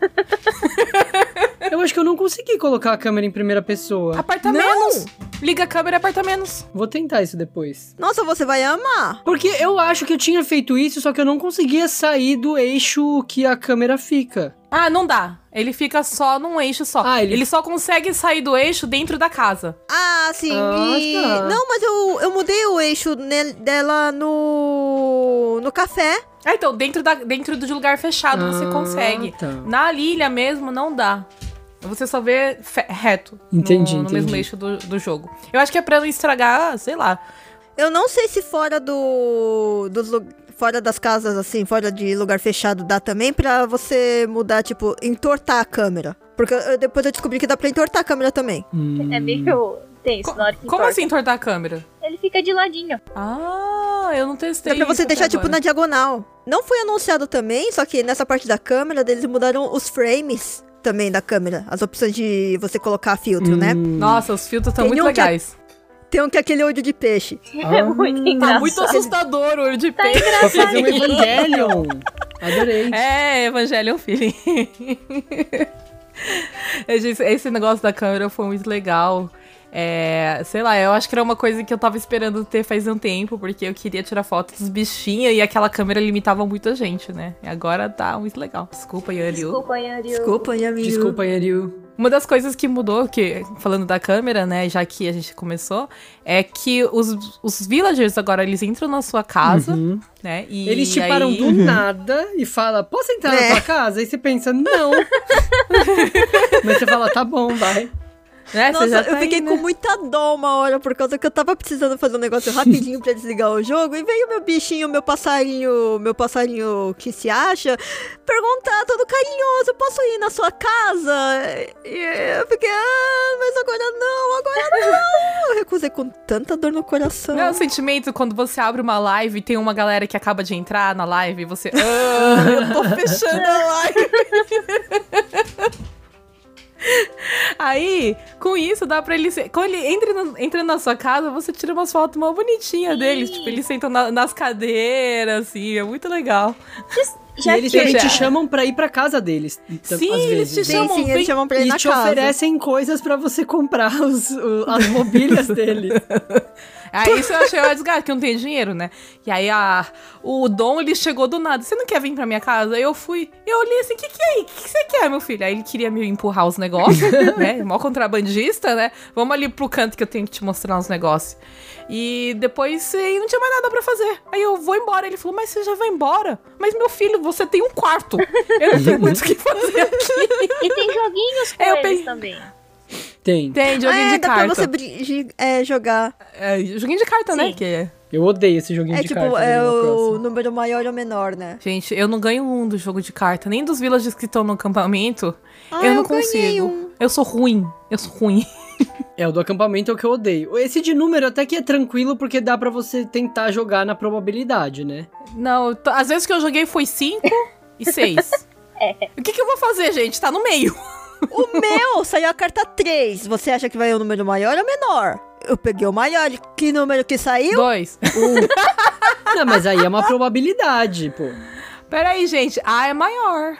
Eu acho que eu não consegui colocar a câmera em primeira pessoa. Aperta menos. Liga a câmera e aperta menos. Vou tentar isso depois. Nossa, você vai amar. Porque eu acho que eu tinha feito isso, só que eu não conseguia sair do eixo que a câmera fica. Ah, não dá. Ele fica só num eixo só. Ele só consegue sair do eixo dentro da casa. Ah, sim. Tá. Não, mas eu mudei o eixo dela no café. Então, dentro do lugar fechado você consegue. Tá. Na ilha mesmo, não dá. Você só vê reto. Entendi. No mesmo eixo do jogo. Eu acho que é pra não estragar, sei lá. Eu não sei se fora fora das casas, assim, fora de lugar fechado, dá também pra você mudar, tipo, entortar a câmera. Porque depois eu descobri que dá pra entortar a câmera também. É meio tenso na hora que Como assim entortar a câmera? Ele fica de ladinho. Ah, eu não testei. Dá pra você isso deixar, até tipo, agora. na diagonal. Não foi anunciado também, só que nessa parte da câmera, eles mudaram os frames também da câmera. As opções de você colocar filtro, né? Nossa, os filtros estão muito um que legais. Tem um que é aquele olho de peixe. É muito engraçado. Tá muito assustador o olho de peixe. Vou fazer um Evangelion. Adorei. Evangelion Feeling. Esse negócio da câmera foi muito legal. Sei lá, eu acho que era uma coisa que eu tava esperando ter faz um tempo, porque eu queria tirar foto dos bichinhos e aquela câmera limitava muito a gente, né? E agora tá muito legal. Desculpa, Yanryu. Desculpa, Yamiru. Desculpa, Yanryu. Uma das coisas que mudou, falando da câmera, né, já que a gente começou, é que os villagers agora, eles entram na sua casa, né, e eles te param do nada e falam, posso entrar na tua casa? Aí você pensa, não. Mas você fala, tá bom, vai. É, você já Nossa, tá eu fiquei aí, com né? muita dó uma hora, por causa que eu tava precisando fazer um negócio rapidinho pra desligar o jogo, e veio meu bichinho, meu passarinho que se acha, perguntar todo carinhoso, posso ir na sua casa? E eu fiquei, mas agora não. Eu recusei com tanta dor no coração. Não é o sentimento quando você abre uma live e tem uma galera que acaba de entrar na live e você... eu tô fechando a live. Aí, com isso, dá pra ele... Quando ele entra na sua casa, você tira umas fotos mó bonitinhas deles. Tipo, eles sentam nas cadeiras, assim. É muito legal. E eles que- também te já- chamam pra ir pra casa deles. Sim, às eles vezes, te né? chamam. Sim, eles chamam pra ir E na te casa. oferecem coisas pra você comprar as mobílias deles. Aí isso eu achei mais desgaste, que eu não tenho dinheiro, né? E aí o Dom, ele chegou do nada. Você não quer vir pra minha casa? Aí eu fui. Eu olhei assim, o que é aí? O que você quer, meu filho? Aí ele queria me empurrar os negócios, né? Mó contrabandista, né? Vamos ali pro canto que eu tenho que te mostrar uns negócios. E depois aí não tinha mais nada pra fazer. Aí eu vou embora. Ele falou, mas você já vai embora? Mas, meu filho, você tem um quarto. Eu não tenho muito o que fazer aqui. E tem joguinhos com Eu eles pensei- também. Tem. Tem joguinho de dá carta. pra você jogar. É, joguinho de carta, né? Sim. Que é... Eu odeio esse joguinho É de tipo, cartas. é Animal o Crossing. número maior ou menor, né? Gente, eu não ganho um do jogo de carta, nem dos villages que estão no acampamento. Ah, eu não eu ganhei consigo. um. Eu sou ruim. É, o do acampamento é o que eu odeio. Esse de número até que é tranquilo, porque dá pra você tentar jogar na probabilidade, né? Não, às vezes que eu joguei foi 5 e 6. O que eu vou fazer, gente? Tá no meio. O meu saiu a carta 3. Você acha que vai o número maior ou menor? Eu peguei o maior. Que número que saiu? 2. Não, mas aí é uma probabilidade, pô. Peraí, gente. A é maior.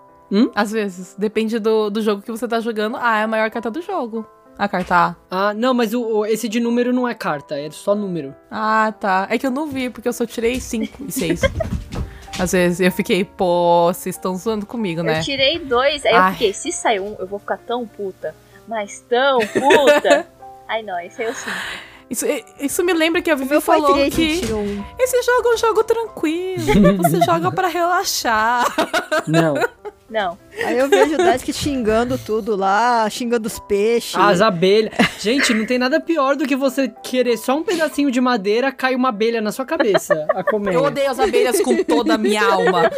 Às vezes. Depende do jogo que você tá jogando. A é a maior carta do jogo. A carta A. Ah, não, mas esse de número não é carta, é só número. Ah, tá. É que eu não vi, porque eu só tirei 5 e 6. Às vezes eu fiquei, pô, vocês estão zoando comigo, né? Eu tirei 2, aí Ai. eu fiquei, se sair um, eu vou ficar tão puta. Mas tão puta. Ai, não, esse aí eu sim. Isso me lembra que a O Vivi meu foi falou 3 que e tirou 1. esse jogo é um jogo tranquilo. Você joga pra relaxar. Não. Não. Aí eu vejo o Daisuke xingando tudo lá, xingando os peixes. As abelhas. Gente, não tem nada pior do que você querer só um pedacinho de madeira, cai uma abelha na sua cabeça a comer. Eu odeio as abelhas com toda a minha alma.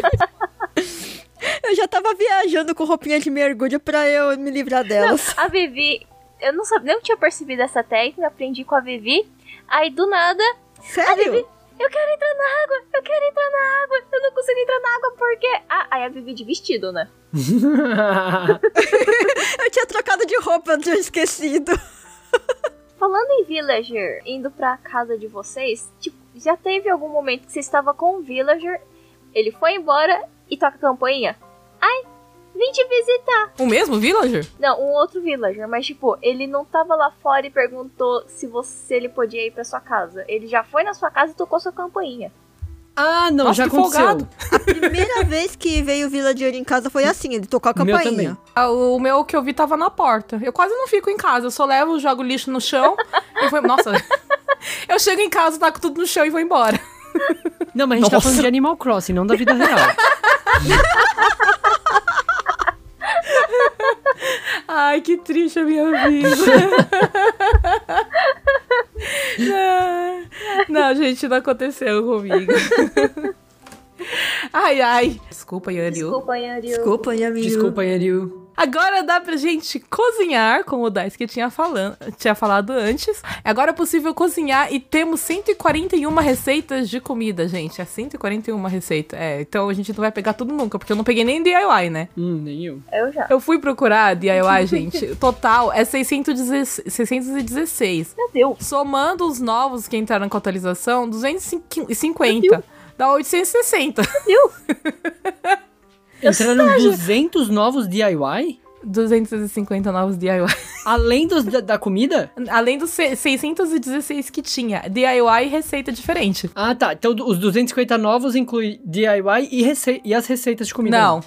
Eu já tava viajando com roupinha de mergulho pra eu me livrar delas. A Vivi, eu não sabia, não tinha percebido essa técnica, aprendi com a Vivi. Aí do nada, Sério? eu quero entrar na água, eu não consigo entrar na água porque... Ah, aí a Vivi de vestido, né? Eu tinha trocado de roupa, eu tinha esquecido. Falando em villager, indo pra casa de vocês, tipo, já teve algum momento que você estava com um villager, ele foi embora e toca a campainha? Ai, vim te visitar. O mesmo villager? Não, um outro villager, mas tipo, ele não tava lá fora e perguntou se ele podia ir pra sua casa. Ele já foi na sua casa e tocou sua campainha. Ah, não, Nossa, já que aconteceu. folgado. A primeira vez que veio o villager em casa foi assim, ele tocou a O meu campainha. também. O meu que eu vi tava na porta. Eu quase não fico em casa. Eu só levo, jogo lixo no chão e vou... Nossa. Eu chego em casa, taco tudo no chão e vou embora. Não, mas a gente tá Nossa. falando de Animal Crossing, não da vida real. Ai, que triste a minha vida. Não, gente, não aconteceu comigo. Ai, ai. Desculpa, Yanil. Desculpa, Yanryu. Desculpa, Yamiru. Desculpa, Yanryu. Agora dá pra gente cozinhar, como o Daisuke tinha falado antes. Agora é possível cozinhar e temos 141 receitas de comida, gente. É 141 receitas. É, então a gente não vai pegar tudo nunca, porque eu não peguei nem DIY, né? Nem eu. Eu já. Eu fui procurar DIY, gente. O total é 616. Meu Deus. Somando os novos que entraram com atualização, 250. Dá 860. Entraram 200 novos DIY? 250 novos DIY. Além da comida? Além dos 616 que tinha. DIY e receita diferente. Ah, tá. Então os 250 novos incluem DIY e as receitas de comida. Não.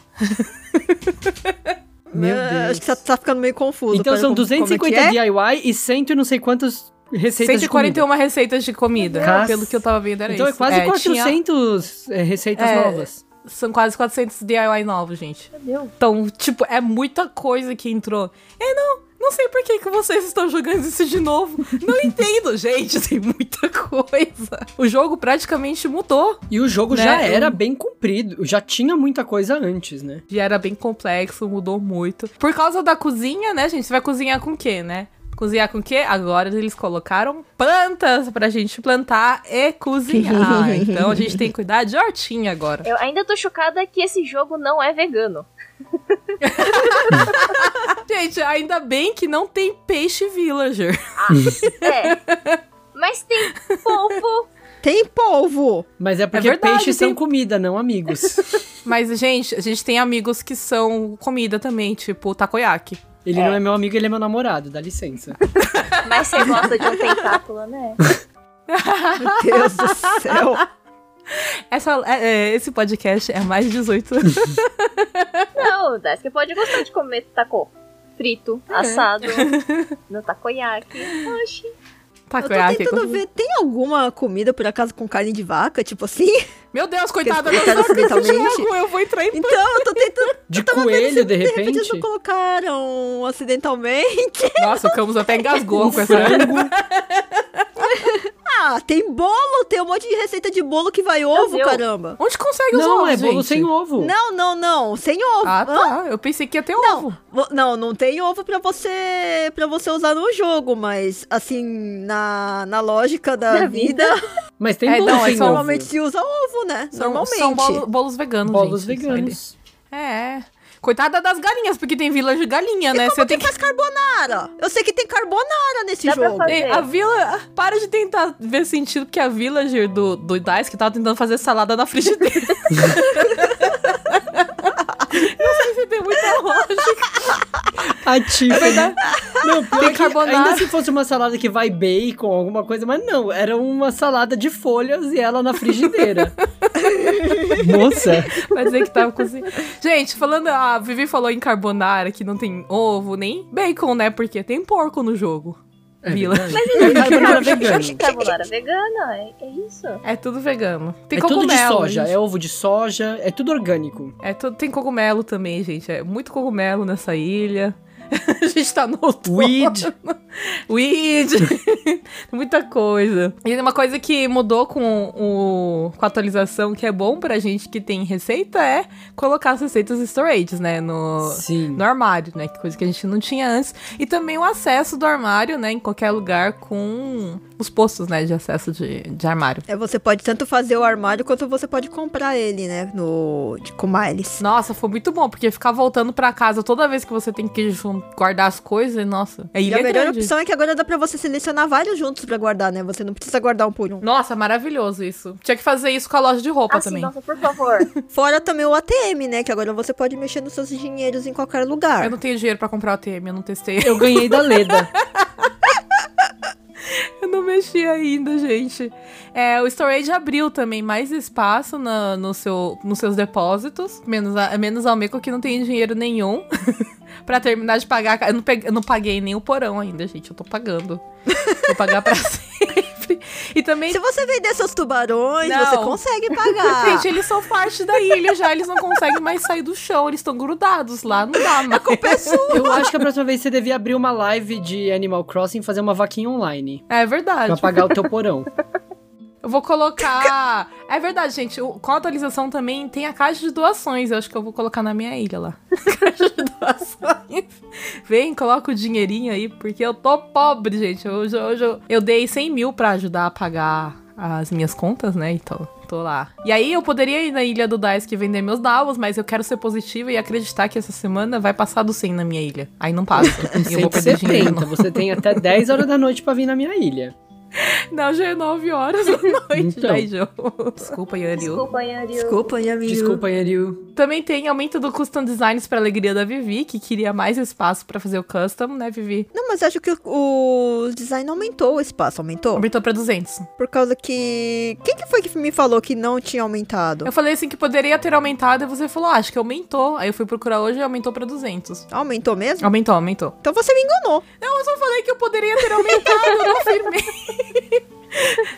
Meu Acho Deus. que tá ficando meio confuso. Então Pera, são como é que 250 é? DIY e 100 e não sei quantas receitas de comida. 141 receitas de comida. Cas- Pelo que eu tava vendo era Então isso. é quase tinha- 400 receitas É. novas. São quase 400 DIY novos, gente. Meu Deus. Então, tipo, é muita coisa que entrou. Não não sei por que vocês estão jogando isso de novo. Não entendo, gente, tem muita coisa. O jogo praticamente mudou. E o jogo Né? já era bem comprido, já tinha muita coisa antes, né? Já era bem complexo, mudou muito. Por causa da cozinha, né, gente? Você vai cozinhar com o quê, né? Cozinhar com o quê? Agora eles colocaram plantas pra gente plantar e cozinhar. Então a gente tem que cuidar de hortinha agora. Eu ainda tô chocada que esse jogo não é vegano. Gente, ainda bem que não tem peixe villager. É. Mas tem polvo. Tem polvo. Mas é porque verdade, peixes tem- são comida, não amigos. Mas, gente, a gente tem amigos que são comida também, tipo o takoyaki. Ele não é meu amigo, ele é meu namorado, dá licença. Mas você gosta de um tentáculo, né? Meu Deus do céu. Esse podcast é mais de 18 anos. Não, deve que pode gostar de comer taco frito, assado, no takoyaki. Oxi. Eu tô Takoyaki. tentando ver, tem alguma comida, por acaso, com carne de vaca? Tipo assim? Meu Deus, coitada Porque das vacas do acidentalmente. jogo, eu vou entrar em... Então, eu tô tentando... De tava vendo se coelho, de eles repente. não colocaram acidentalmente. Nossa, o Camus até engasgou com essa... Ah, tem bolo, tem um monte de receita de bolo que vai ovo, Deus. caramba. Onde consegue os Não, ovos, é bolo gente? sem ovo. Não, sem ovo. Ah, Hã? tá. Eu pensei que ia ter ovo. Não tem ovo pra você usar no jogo, mas assim, na lógica da Na vida, Mas tem É, bolo não, sem é só ovo. normalmente se usa ovo, né? Normalmente. São bolos veganos, Bolos gente. veganos. É. Coitada das galinhas, porque tem village de galinha, né? Você tem que... Faz carbonara. Eu sei que tem carbonara nesse Dá pra jogo. fazer. A vila... Para de tentar ver sentido, porque a villager do Dice que tava tentando fazer salada na frigideira. Não sei se tem muita lógica. A Tiffany. verdade. Não, pior Tem que carbonara. ainda se fosse uma salada que vai bacon, alguma coisa, mas não, era uma salada de folhas e ela na frigideira. Moça. Vai dizer que tava cozinhando. Gente, falando... A Vivi falou em carbonara, que não tem ovo, nem bacon, né? Porque tem porco no jogo. Vila. É carbonara vegano. Carbonara vegana, é isso. É tudo vegano. Tem É tudo de cogumelo, soja, gente. é ovo de soja, é tudo orgânico. Tem cogumelo também, gente. É muito cogumelo nessa ilha. A gente tá no outono. Weed. Muita coisa. E uma coisa que mudou com a atualização, que é bom pra gente que tem receita, é colocar as receitas storages, né? Sim. No armário, né? Que coisa que a gente não tinha antes. E também o acesso do armário, né? Em qualquer lugar com os postos, né? De acesso de armário. Você pode tanto fazer o armário quanto você pode comprar ele, né? Com Miles. Nossa, foi muito bom, porque ficar voltando pra casa toda vez que você tem que guardar as coisas, nossa. É E ilha a melhor grande. opção é que agora dá pra você selecionar vários juntos pra guardar, né? Você não precisa guardar um por um. Nossa, maravilhoso isso. Tinha que fazer isso com a loja de roupa Assim, também. nossa, por favor. Fora também o ATM, né? Que agora você pode mexer nos seus dinheiros em qualquer lugar. Eu não tenho dinheiro pra comprar o ATM, eu não testei. Eu ganhei da Leda. Eu não mexi ainda, gente. O storage abriu também mais espaço nos seus depósitos. Menos ao Meco, que não tem dinheiro nenhum pra terminar de pagar. Eu não paguei nem o porão ainda, gente. Eu tô pagando. Vou pagar pra sempre. E também... Se você vender seus tubarões, Não. você consegue pagar. Gente, eles são parte da ilha já. Eles não conseguem mais sair do chão. Eles estão grudados lá. Não dá mais. Eu acho que a próxima vez você devia abrir uma live de Animal Crossing e fazer uma vaquinha online. É verdade. Pra pagar o teu porão. Eu vou colocar... É verdade, gente. Com a atualização também tem a caixa de doações. Eu acho que eu vou colocar na minha ilha lá. Caixa de doações. Vem, coloca o dinheirinho aí, porque eu tô pobre, gente. Hoje eu dei 100 mil pra ajudar a pagar as minhas contas, né? Então, tô lá. E aí eu poderia ir na ilha do Daisuke vender meus davos, mas eu quero ser positiva e acreditar que essa semana vai passar do 100 na minha ilha. Aí não passa. E eu vou perder dinheiro. 170, você tem até 10 horas da noite pra vir na minha ilha. Não, já é 9 horas da noite. Então. Daí, Jô. Desculpa, Yanryu. Desculpa, Yanryu. Desculpa, amigo. Desculpa, Yanryu. Também tem aumento do custom designs pra alegria da Vivi, que queria mais espaço pra fazer o custom, né, Vivi? Não, mas acho que o design aumentou o espaço, aumentou? Aumentou pra 200. Por causa que... Quem que foi que me falou que não tinha aumentado? Eu falei assim que poderia ter aumentado e você falou, acho que aumentou. Aí eu fui procurar hoje e aumentou pra 200. Aumentou mesmo? Aumentou. Então você me enganou. Não, eu só falei que eu poderia ter aumentado, eu não afirmei.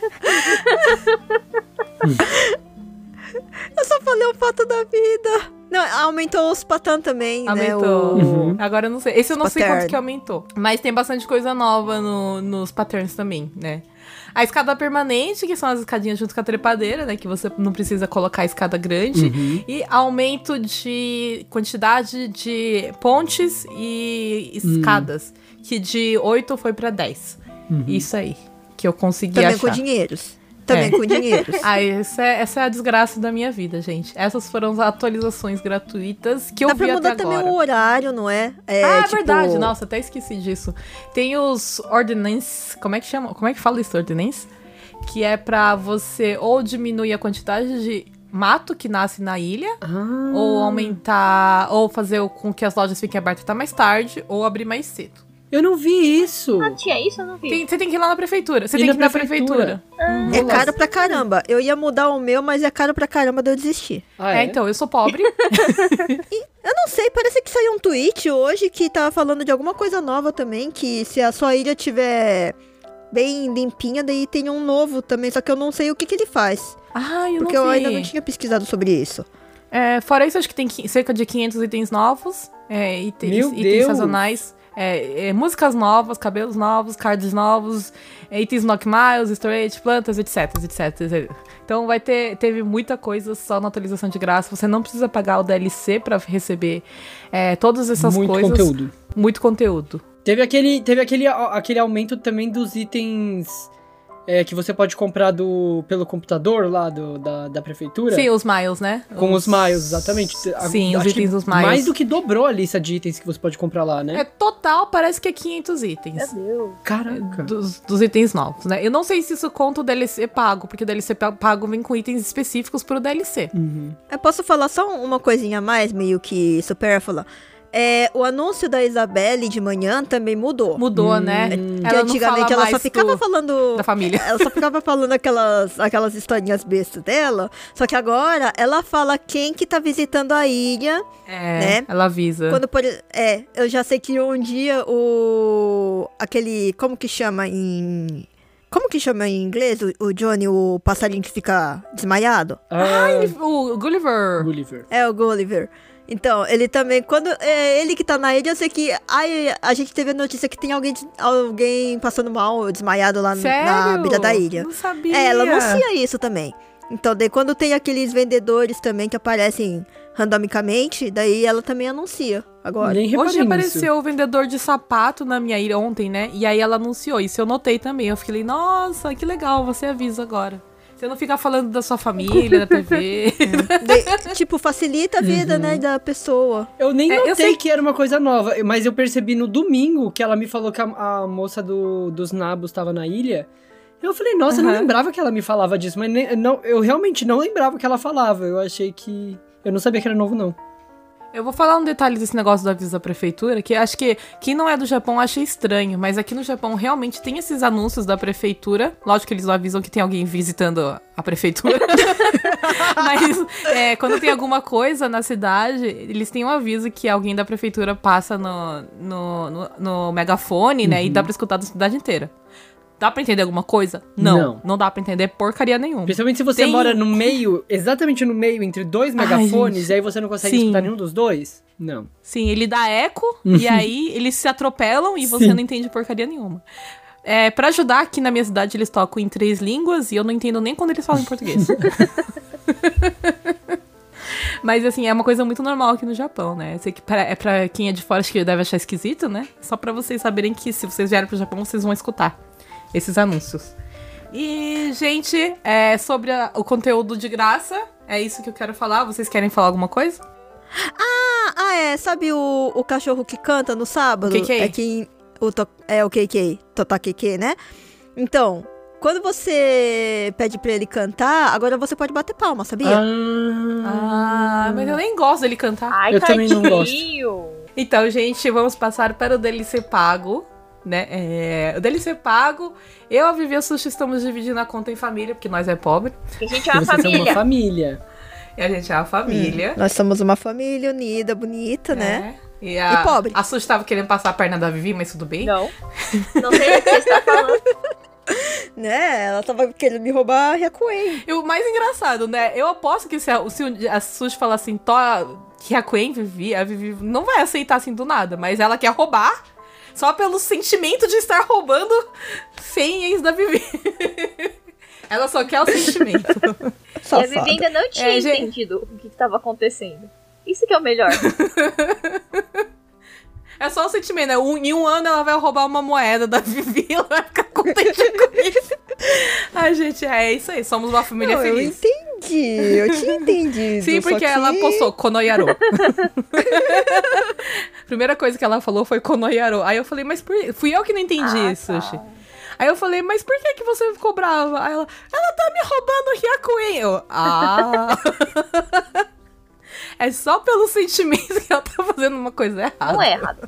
Eu só falei o fato da vida. Não, aumentou os Patan também, Aumentou. né? Agora eu não sei. Esse eu não sei Pattern. quanto que aumentou. Mas tem bastante coisa nova nos patterns também, né? A escada permanente, que são as escadinhas junto com a trepadeira, né? Que você não precisa colocar a escada grande. E aumento de quantidade de pontes e escadas. Que de 8 foi pra 10. Isso aí. Que eu consegui Também achar. com dinheiros. Também com dinheiros. Essa é a desgraça da minha vida, gente. Essas foram as atualizações gratuitas que eu Dá vi pra mudar até também agora. o horário, não é? É tipo, verdade. Nossa, até esqueci disso. Tem os ordinances. Como é que chama? Como é que fala isso, ordinance? Que é pra você ou diminuir a quantidade de mato que nasce na ilha, ou aumentar, ou fazer com que as lojas fiquem abertas até mais tarde, ou abrir mais cedo. Eu não vi isso. Ah, tinha isso? Eu não vi. Você tem que ir lá na prefeitura. Você Ir tem na que ir na prefeitura. prefeitura. É caro pra caramba. Eu ia mudar o meu, mas é caro pra caramba de eu desistir. Ah, É, então, eu sou pobre. Eu não sei, parece que saiu um tweet hoje que tava falando de alguma coisa nova também, que se a sua ilha tiver bem limpinha, daí tem um novo também, só que eu não sei o que ele faz. Ah, eu Porque não eu vi. ainda não tinha pesquisado sobre isso. Fora isso, acho que tem cerca de 500 itens novos. Meu Itens Deus! sazonais. Músicas novas, cabelos novos, cards novos, itens Nock Miles, storage, plantas, etc. Então teve muita coisa só na atualização de graça. Você não precisa pagar o DLC pra receber todas essas Muito coisas. conteúdo. Muito conteúdo. Teve aquele aumento também dos itens que você pode comprar pelo computador lá da prefeitura. Sim, os miles, né? Com os miles, exatamente. Sim, os Acho itens que dos miles. mais do que dobrou a lista de itens que você pode comprar lá, né? Total, parece que é 500 itens. Meu Deus. Caraca. Dos itens novos, né? Eu não sei se isso conta o DLC pago, porque o DLC pago vem com itens específicos pro DLC. Eu posso falar só uma coisinha a mais, meio que supérflua? O anúncio da Isabelle de manhã também mudou. Mudou, né? Que Ela não antigamente fala ela mais só ficava falando. da família. Ela só ficava falando aquelas historinhas bestas dela. Só que agora ela fala quem que tá visitando a ilha. né? Ela avisa. Eu já sei que um dia aquele. Como que chama em inglês o Johnny, o passarinho que fica desmaiado? O Gulliver. Gulliver. É o Gulliver. Então, ele também, quando ele que tá na ilha, eu sei que a gente teve a notícia que tem alguém passando mal, desmaiado lá na Sério? beira da ilha. Não sabia. Ela anuncia isso também. Então, daí quando tem aqueles vendedores também que aparecem randomicamente, daí ela também anuncia agora. Nem reparei Hoje nisso. apareceu o vendedor de sapato na minha ilha ontem, né? E aí ela anunciou. Isso eu notei também. Eu fiquei, nossa, que legal, você avisa agora. Você não fica falando da sua família, da TV. Tipo, facilita a vida, né, da pessoa. Eu nem eu notei sei que era uma coisa nova, mas eu percebi no domingo que ela me falou que a moça dos nabos estava na ilha. Eu falei, nossa, eu não lembrava que ela me falava disso, mas eu realmente não lembrava que ela falava. Eu achei que... Eu não sabia que era novo, não. Eu vou falar um detalhe desse negócio do aviso da prefeitura, que acho que quem não é do Japão acha estranho, mas aqui no Japão realmente tem esses anúncios da prefeitura. Lógico que eles não avisam que tem alguém visitando a prefeitura. Mas quando tem alguma coisa na cidade, eles têm um aviso que alguém da prefeitura passa no megafone, né? E dá pra escutar da cidade inteira. Dá pra entender alguma coisa? Não dá pra entender porcaria nenhuma. Principalmente se você mora no meio, exatamente no meio, entre dois megafones, gente. e aí você não consegue Sim. escutar nenhum dos dois? Não. Sim, ele dá eco, e aí eles se atropelam e você não entende porcaria nenhuma. Pra ajudar, aqui na minha cidade eles tocam em 3 línguas e eu não entendo nem quando eles falam em português. Mas, assim, é uma coisa muito normal aqui no Japão, né? Eu sei que pra quem é de fora, acho que deve achar esquisito, né? Só pra vocês saberem que se vocês vierem pro Japão, vocês vão escutar esses anúncios. E, gente, sobre o conteúdo de graça, é isso que eu quero falar. Vocês querem falar alguma coisa? Sabe o cachorro que canta no sábado? O KK. O KK, Totakeke, né? Então, quando você pede pra ele cantar, agora você pode bater palma, sabia? Mas eu nem gosto dele cantar. Ai, Eu também não tadinho. Então, gente, vamos passar para o DLC pago, né? O DLC pago, eu, a Vivi e a Sushi estamos dividindo a conta em família, porque nós é pobre. A gente é uma Vocês são uma família. família. E a gente é a família. Nós somos uma família unida, bonita, né? E pobre. A Sushi tava querendo passar a perna da Vivi, mas tudo bem. Não. Não sei o que você tá falando. Né? Ela tava querendo me roubar a Ryakuei. E o mais engraçado, né? Eu aposto que se a Sushi falar assim, que a Vivi, a Vivi não vai aceitar assim do nada, mas ela quer roubar só pelo sentimento de estar roubando 100 ienes da Vivi. Ela só quer o sentimento. E a Vivi ainda não tinha entendido o que estava acontecendo. Isso que é o melhor. É só o sentimento, né? Em um ano ela vai roubar uma moeda da Vivi e ela vai ficar contente com isso. Ai, gente, é isso aí. Somos uma família feliz. Eu tinha entendido. Sim, porque ela postou Konoyaro. Primeira coisa que ela falou foi Konoyaro. Aí eu falei, mas fui eu que não entendi isso, Sushi. Aí eu falei, mas por que você ficou brava? Aí ela tá me roubando o Hyakuen. É só pelo sentimento que ela tá fazendo uma coisa errada. Não é errado.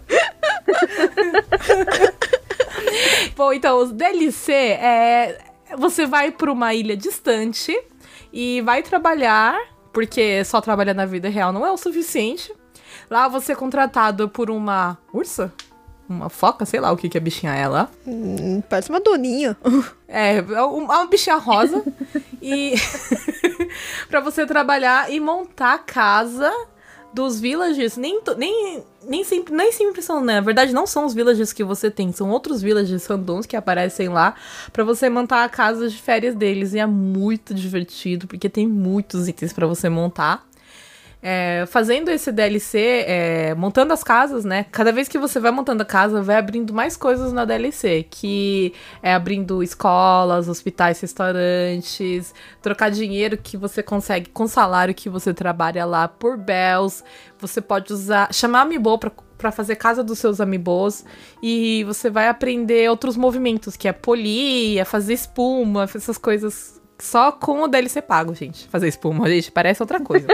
Bom, então, os DLC você vai pra uma ilha distante e vai trabalhar, porque só trabalhar na vida real não é o suficiente. Lá você é contratado por uma ursa? Uma foca? Sei lá o que a bichinha é lá. Parece uma doninha. É uma bichinha rosa. E pra você trabalhar e montar a casa dos villagers. Nem sempre são, né? Na verdade, não são os villagers que você tem. São outros villagers randoms que aparecem lá pra você montar a casa de férias deles. E é muito divertido, porque tem muitos itens pra você montar. Fazendo esse DLC, montando as casas, né? Cada vez que você vai montando a casa, vai abrindo mais coisas na DLC. Que é abrindo escolas, hospitais, restaurantes, trocar dinheiro que você consegue com o salário que você trabalha lá por bells. Você pode chamar amiibo pra fazer casa dos seus amiibos. E você vai aprender outros movimentos, que é polir, fazer espuma, essas coisas. Só com o DLC pago, gente. Fazer espuma, gente, parece outra coisa.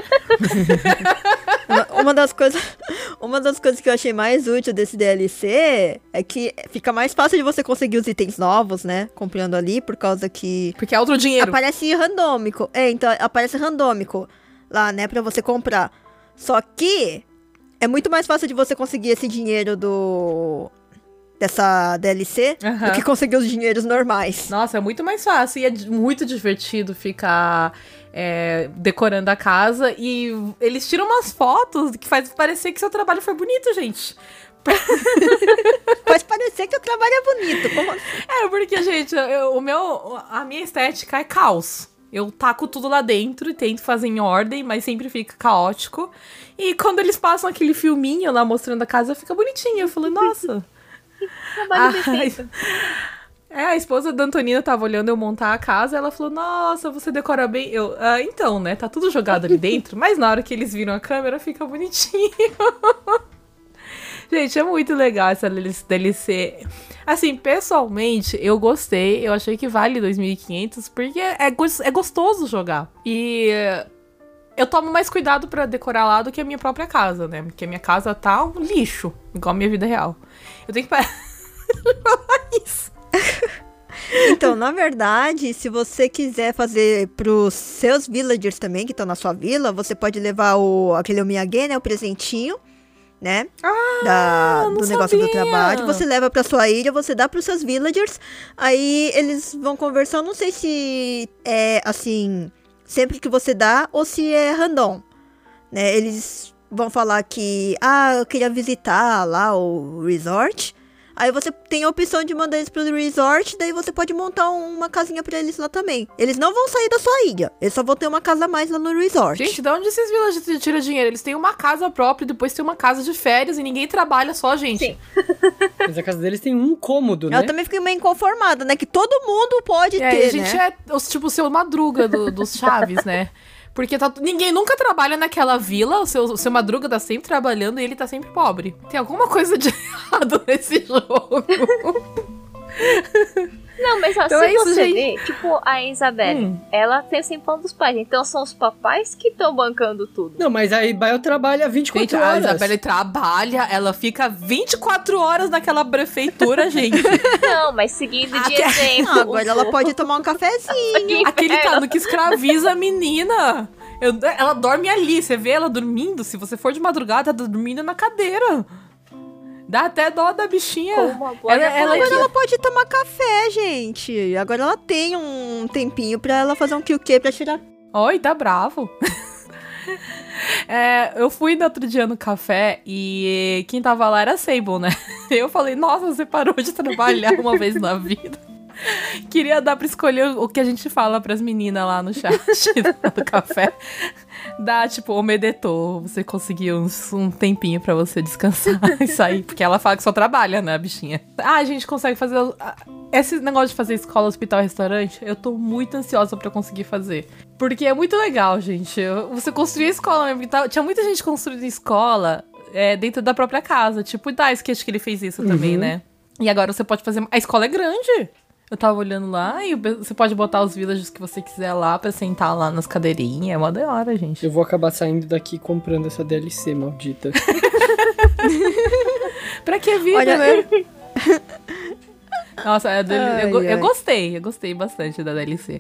Uma das coisas que eu achei mais útil desse DLC é que fica mais fácil de você conseguir os itens novos, né? Comprando ali, por causa que... Porque é outro dinheiro. Aparece randômico. Então, aparece randômico lá, né? Pra você comprar. Só que é muito mais fácil de você conseguir esse dinheiro dessa DLC do que conseguir os dinheiros normais. Nossa, é muito mais fácil e é muito divertido ficar decorando a casa e eles tiram umas fotos que faz parecer que seu trabalho foi bonito, gente. Faz parecer que o trabalho é bonito. Como assim? Porque, gente, a minha estética é caos. Eu taco tudo lá dentro e tento fazer em ordem, mas sempre fica caótico. E quando eles passam aquele filminho lá mostrando a casa, fica bonitinho. Eu falei, nossa... Trabalho perfeito. A esposa da Antonina tava olhando eu montar a casa, ela falou, nossa, você decora bem. Eu, então, né, tá tudo jogado ali dentro, mas na hora que eles viram a câmera, fica bonitinho. Gente, é muito legal essa DLC. Assim, pessoalmente, eu gostei, eu achei que vale 2.500, porque é gostoso jogar. E eu tomo mais cuidado pra decorar lá do que a minha própria casa, né, porque a minha casa tá um lixo, igual a minha vida real. Eu tenho que falar isso. Então, na verdade, se você quiser fazer pros seus villagers também, que estão na sua vila, você pode levar aquele omiyage, né, o presentinho, né, do negócio do trabalho. Você leva pra sua ilha, você dá pros seus villagers, aí eles vão conversar, eu não sei se é, assim, sempre que você dá, ou se é random, né, eles vão falar que, eu queria visitar lá o resort. Aí você tem a opção de mandar eles pro resort, daí você pode montar uma casinha pra eles lá também. Eles não vão sair da sua ilha, eles só vão ter uma casa a mais lá no resort. Gente, de onde esses villagers tiram dinheiro? Eles têm uma casa própria e depois tem uma casa de férias e ninguém trabalha, só a gente. Sim. Mas a casa deles tem um cômodo, né? Eu também fiquei meio inconformada, né? Que todo mundo pode ter, a gente né? tipo o seu Madruga dos Chaves, né? Porque ninguém nunca trabalha naquela vila, o seu Madruga tá sempre trabalhando e ele tá sempre pobre. Tem alguma coisa de errado nesse jogo. Não, mas Então se é isso, você gente. ver, tipo a Isabelle, ela tem o simpão dos pais, então são os papais que estão bancando tudo. Não, mas a Ibael trabalha 24 Gente, a horas. Isabelle trabalha, ela fica 24 horas naquela prefeitura, gente. Não, mas seguindo de exemplo. Agora ela pode tomar um cafezinho. Aquele cano que escraviza a menina. Ela dorme ali, você vê ela dormindo, se você for de madrugada, ela tá dormindo na cadeira. Dá até dó da bichinha. Agora ela pode tomar café, gente. Agora ela tem um tempinho pra ela fazer um QQ pra tirar. Oi, tá bravo. Eu fui no outro dia no café e quem tava lá era a Sable, né? Eu falei, nossa, você parou de trabalhar uma vez na vida. Queria dar pra escolher o que a gente fala pras meninas lá no chat do café. Dá, tipo, omedetou. Você conseguiu um tempinho pra você descansar e sair. Porque ela fala que só trabalha, né, a bichinha. A gente consegue fazer... Esse negócio de fazer escola, hospital, restaurante, eu tô muito ansiosa pra conseguir fazer. Porque é muito legal, gente. Você construir escola mesmo. Tinha muita gente construindo escola dentro da própria casa. Tipo o Dice, que acho que ele fez isso também, né? E agora você pode fazer... A escola é grande. Eu tava olhando lá e você pode botar os villagers que você quiser lá pra sentar lá nas cadeirinhas. É uma da hora, gente. Eu vou acabar saindo daqui comprando essa DLC maldita. Pra que vida, Olha, né? Nossa, eu gostei bastante da DLC.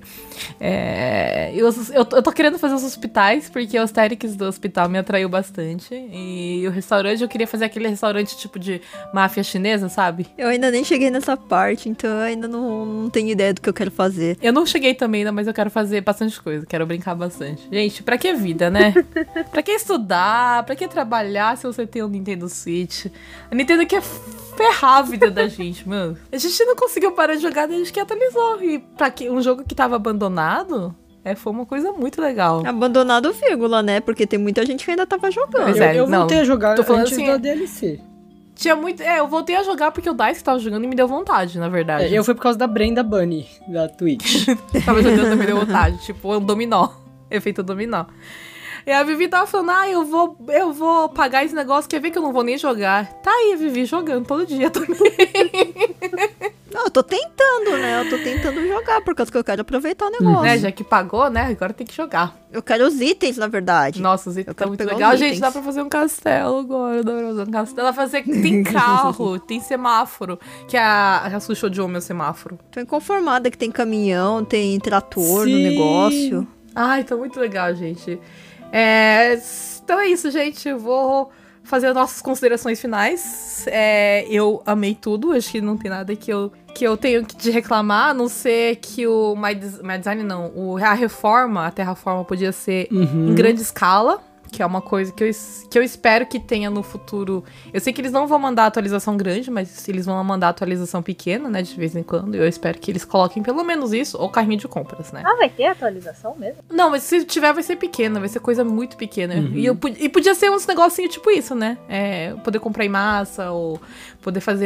Eu tô querendo fazer os hospitais, porque o Asterix do hospital me atraiu bastante. E o restaurante, eu queria fazer aquele restaurante tipo de máfia chinesa, sabe? Eu ainda nem cheguei nessa parte, então eu ainda não tenho ideia do que eu quero fazer. Eu não cheguei também ainda, mas eu quero fazer bastante coisa. Quero brincar bastante. Gente, pra que vida, né? Pra que estudar? Pra que trabalhar se você tem um Nintendo Switch? A Nintendo quer ferrar a vida da gente, mano. A gente não conseguiu parar de jogar desde que atualizou. E um jogo que tava abandonado, foi uma coisa muito legal. Abandonado, vírgula, né? Porque tem muita gente que ainda tava jogando. Eu voltei a jogar antes assim, da DLC. Tinha muito... eu voltei a jogar porque o Dice tava jogando e me deu vontade, na verdade. Eu fui por causa da Brenda Bunny, da Twitch. Tava jogando e me deu vontade. Tipo, um dominó. Efeito dominó. E a Vivi tava falando, eu vou pagar esse negócio, quer ver que eu não vou nem jogar? Tá aí a Vivi jogando todo dia também. Não, eu tô tentando, né? Eu tô tentando jogar, por causa que eu quero aproveitar o negócio. Né, já que pagou, né? Agora tem que jogar. Eu quero os itens, na verdade. Nossa, os itens estão muito legal. Gente, dá pra fazer um castelo agora. Dá pra fazer um castelo. Dá pra fazer... Tem carro, tem semáforo. Que a Sushi odiou meu semáforo. Tô inconformada que tem caminhão, tem trator Sim. no negócio. Ai, tá muito legal, gente. Então é isso, gente. Eu vou fazer as nossas considerações finais. Eu amei tudo. Acho que não tem nada que eu tenho de reclamar, a não ser que o My Design não. A Terraforma podia ser em grande escala, que é uma coisa que eu espero que tenha no futuro. Eu sei que eles não vão mandar atualização grande, mas eles vão mandar atualização pequena, né, de vez em quando. Eu espero que eles coloquem pelo menos isso, ou carrinho de compras, né? Ah, vai ter atualização mesmo? Não, mas se tiver vai ser pequena, vai ser coisa muito pequena. E podia ser uns negocinhos tipo isso, né? Poder comprar em massa, ou poder fazer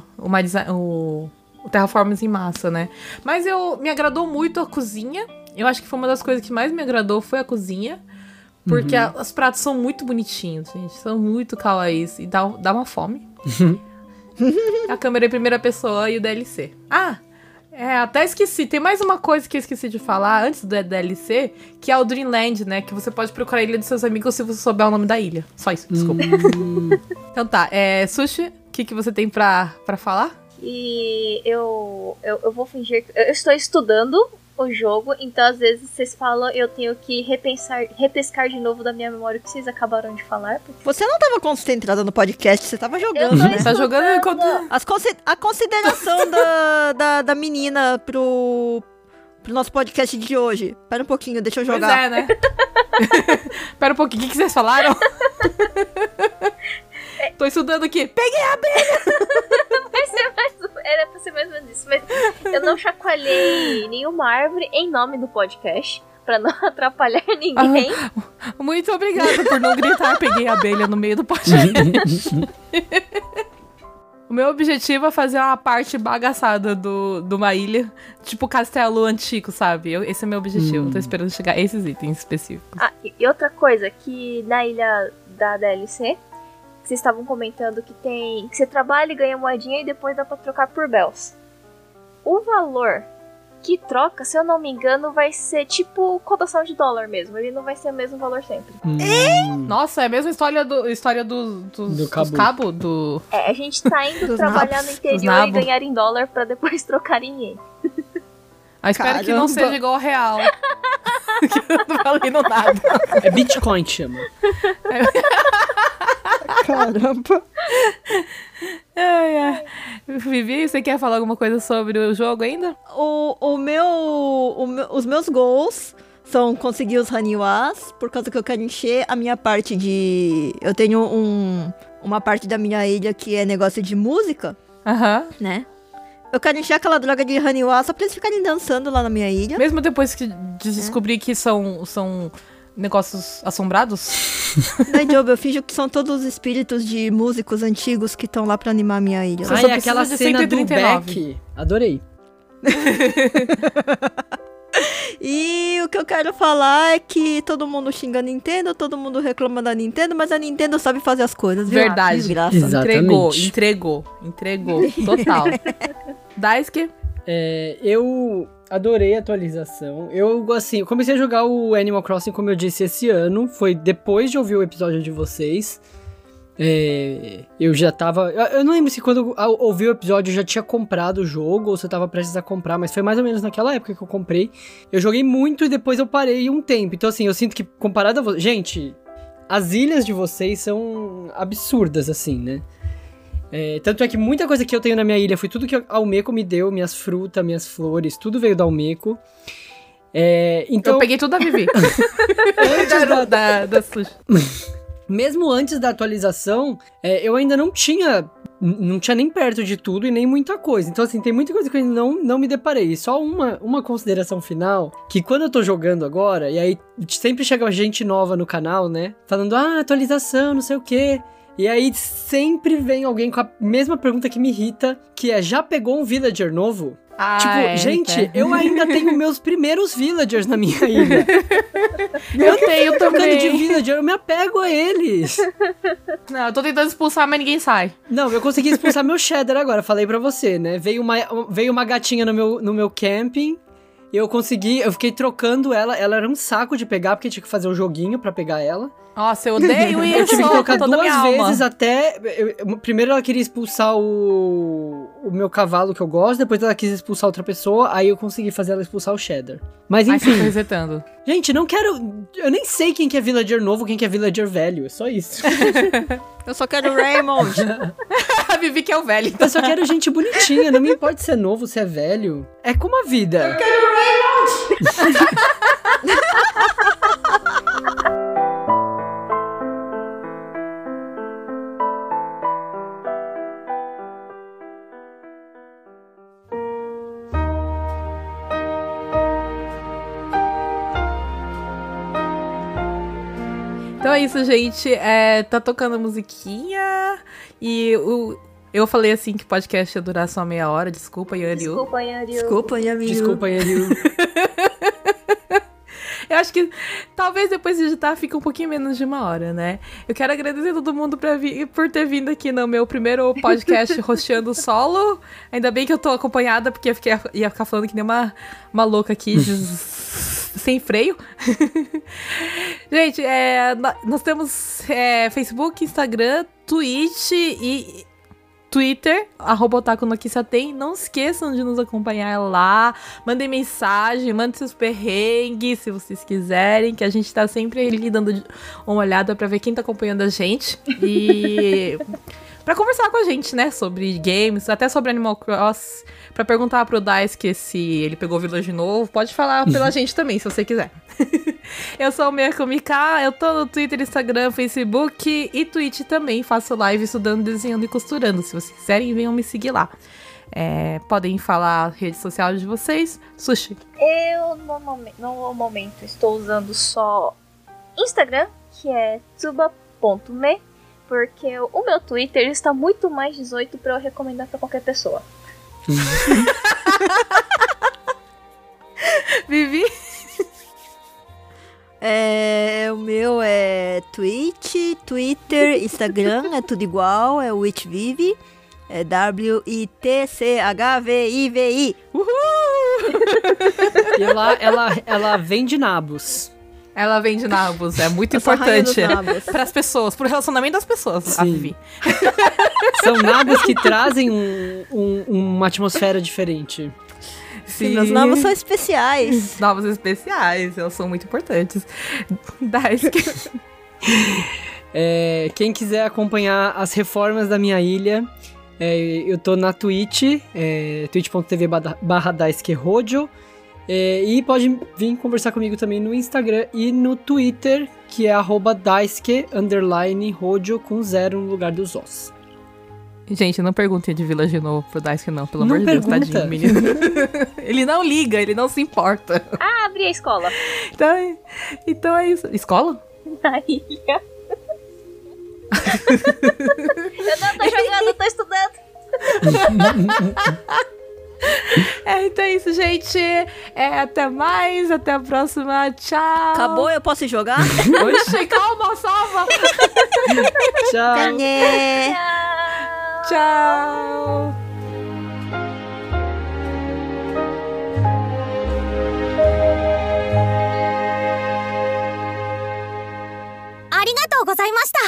o Terraforms em massa, né? Mas me agradou muito a cozinha. Eu acho que foi uma das coisas que mais me agradou foi a cozinha. Porque os pratos são muito bonitinhos, gente. São muito kawaiis. E dá uma fome. A câmera em primeira pessoa e o DLC. Até esqueci. Tem mais uma coisa que eu esqueci de falar antes do DLC, que é o Dreamland, né? Que você pode procurar a ilha dos seus amigos se você souber o nome da ilha. Só isso, desculpa. Então tá. Sushi, o que você tem pra falar? E eu vou fingir que... Eu estou estudando o jogo, então às vezes vocês falam, eu tenho que repescar de novo da minha memória o que vocês acabaram de falar. Porque... Você não tava concentrada no podcast, você tava jogando, né? Tá jogando enquanto... A consideração da menina pro nosso podcast de hoje. Pera um pouquinho, deixa eu jogar. Pois né? Pera um pouquinho, o que vocês falaram? Tô estudando aqui. Peguei a abelha! Era pra ser mais ou menos isso, mas eu não chacoalhei nenhuma árvore em nome do podcast, pra não atrapalhar ninguém. Muito obrigada por não gritar peguei a abelha no meio do podcast. O meu objetivo é fazer uma parte bagaçada de uma ilha, tipo castelo antigo, sabe? Esse é meu objetivo. Tô esperando chegar a esses itens específicos. E outra coisa, que na ilha da DLC... Vocês estavam comentando que você trabalha e ganha moedinha e depois dá pra trocar por bells. O valor que troca, se eu não me engano, vai ser tipo cotação de dólar mesmo. Ele não vai ser o mesmo valor sempre. Nossa, é a mesma história dos cabos? A gente tá indo trabalhar no interior e ganhar em dólar pra depois trocar em ien. Espero que não seja igual ao real. Que eu não falei no nada. É Bitcoin que chama. Caramba. Vivi, você quer falar alguma coisa sobre o jogo ainda? Os meus goals são conseguir os Haniwas, por causa que eu quero encher a minha parte de... Eu tenho uma parte da minha ilha que é negócio de música, né? Eu quero encher aquela droga de Haniwa só pra eles ficarem dançando lá na minha ilha. Mesmo depois de descobrir que são negócios assombrados? Daí, Job, eu finjo que são todos os espíritos de músicos antigos que estão lá pra animar a minha ilha. Você só e aquela precisa de cena 139. do Beck. Adorei. E o que eu quero falar é que todo mundo xinga a Nintendo, todo mundo reclama da Nintendo, mas a Nintendo sabe fazer as coisas, viu? Verdade. Desgraça. Exatamente. Entregou. Total. Daisuke? Eu adorei a atualização. Eu comecei a jogar o Animal Crossing, como eu disse, esse ano. Foi depois de ouvir o episódio de vocês. Eu já tava... Eu não lembro se quando eu ouvi o episódio eu já tinha comprado o jogo ou se eu tava prestes a comprar, mas foi mais ou menos naquela época que eu comprei. Eu joguei muito e depois eu parei um tempo. Então, assim, eu sinto que comparado a vocês... Gente, as ilhas de vocês são absurdas, assim, né? Tanto é que muita coisa que eu tenho na minha ilha foi tudo que a Almeco me deu, minhas frutas, minhas flores, tudo veio da Almeco. Então... Eu peguei tudo da Vivi. da sushi. Mesmo antes da atualização, eu ainda não tinha nem perto de tudo e nem muita coisa. Então, assim, tem muita coisa que eu ainda não me deparei. E só uma consideração final, que quando eu tô jogando agora, e aí sempre chega gente nova no canal, né? Falando, atualização, não sei o quê. E aí sempre vem alguém com a mesma pergunta que me irrita, que é, já pegou um villager novo? Gente, eu ainda tenho meus primeiros villagers na minha ilha. Eu tenho também. De villager, eu me apego a eles. Não, eu tô tentando expulsar, mas ninguém sai. Não, eu consegui expulsar meu cheddar agora, falei pra você, né? Veio uma gatinha no meu camping. Eu fiquei trocando ela era um saco de pegar, porque tinha que fazer um joguinho pra pegar ela. Nossa, eu odeio isso. Eu tive que trocar toda duas minha vezes alma. até... Primeiro ela queria expulsar o meu cavalo que eu gosto, depois ela quis expulsar outra pessoa, aí eu consegui fazer ela expulsar o cheddar. Mas enfim... Ai, resetando. Gente, não quero... Eu nem sei quem que é villager novo, quem que é villager velho, é só isso. Eu só quero o Raymond. A Vivi que é o velho. Eu só quero gente bonitinha, não me importa se é novo, se é velho. É como a vida. Eu quero o Raymond. Então é isso, gente. Tá tocando musiquinha. E eu falei assim que o podcast ia durar só meia hora. Desculpa, Yanryu. Desculpa, Yanryu. Eu acho que talvez depois de editar fique um pouquinho menos de uma hora, né? Eu quero agradecer a todo mundo por ter vindo aqui no meu primeiro podcast rosteando solo. Ainda bem que eu tô acompanhada, porque ia ficar falando que nem uma louca aqui, sem freio. Gente, nós temos Facebook, Instagram, Twitch e Twitter, @otakunokisaten. Não esqueçam de nos acompanhar lá. Mandem mensagem, mandem seus perrengues, se vocês quiserem, que a gente tá sempre ali dando uma olhada pra ver quem tá acompanhando a gente. E pra conversar com a gente, né, sobre games, até sobre Animal Crossing, pra perguntar pro Daisuke se ele pegou o Village novo. Pode falar pela gente também, se você quiser. Eu sou o Mekumika, eu tô no Twitter, Instagram, Facebook e Twitch também. Faço live estudando, desenhando e costurando. Se vocês quiserem, venham me seguir lá. Podem falar a rede social de vocês. Sushi. Eu, no momento, estou usando só Instagram, que é tsuba.me, porque o meu Twitter está muito mais 18 pra eu recomendar pra qualquer pessoa. Vivi? O meu é Twitch, Twitter, Instagram, é tudo igual, é WitchVivi, é WITCHVIVI. Uhul! E ela vende nabos. Ela vende nabos, é muito Eu sou a rainha dos importante nabos. para as pessoas, pro relacionamento das pessoas, Sim. a Vivi. São nabos que trazem uma atmosfera diferente. Sim. Meus nabos são especiais. Novos especiais, elas são muito importantes. Daisuke. Quem quiser acompanhar as reformas da minha ilha, eu tô na Twitch, twitch.tv/daisukehojo. E pode vir conversar comigo também no Instagram e no Twitter, que é @daisuke_rojo com 0 no lugar dos os. Gente, não perguntem de Village de novo pro Daisuke, não. Pelo Não amor de Deus, pergunta. tadinho, menino. Ele não liga, ele não se importa. Ah, abri a escola. Então é isso. Escola? Na ilha. Eu não tô jogando, eu tô estudando. Então é isso, gente. Até mais, até a próxima. Tchau. Acabou? Eu posso ir jogar? Oxi, calma, salva. Tchau! Né? Tchau. Arigatou gozaimashita!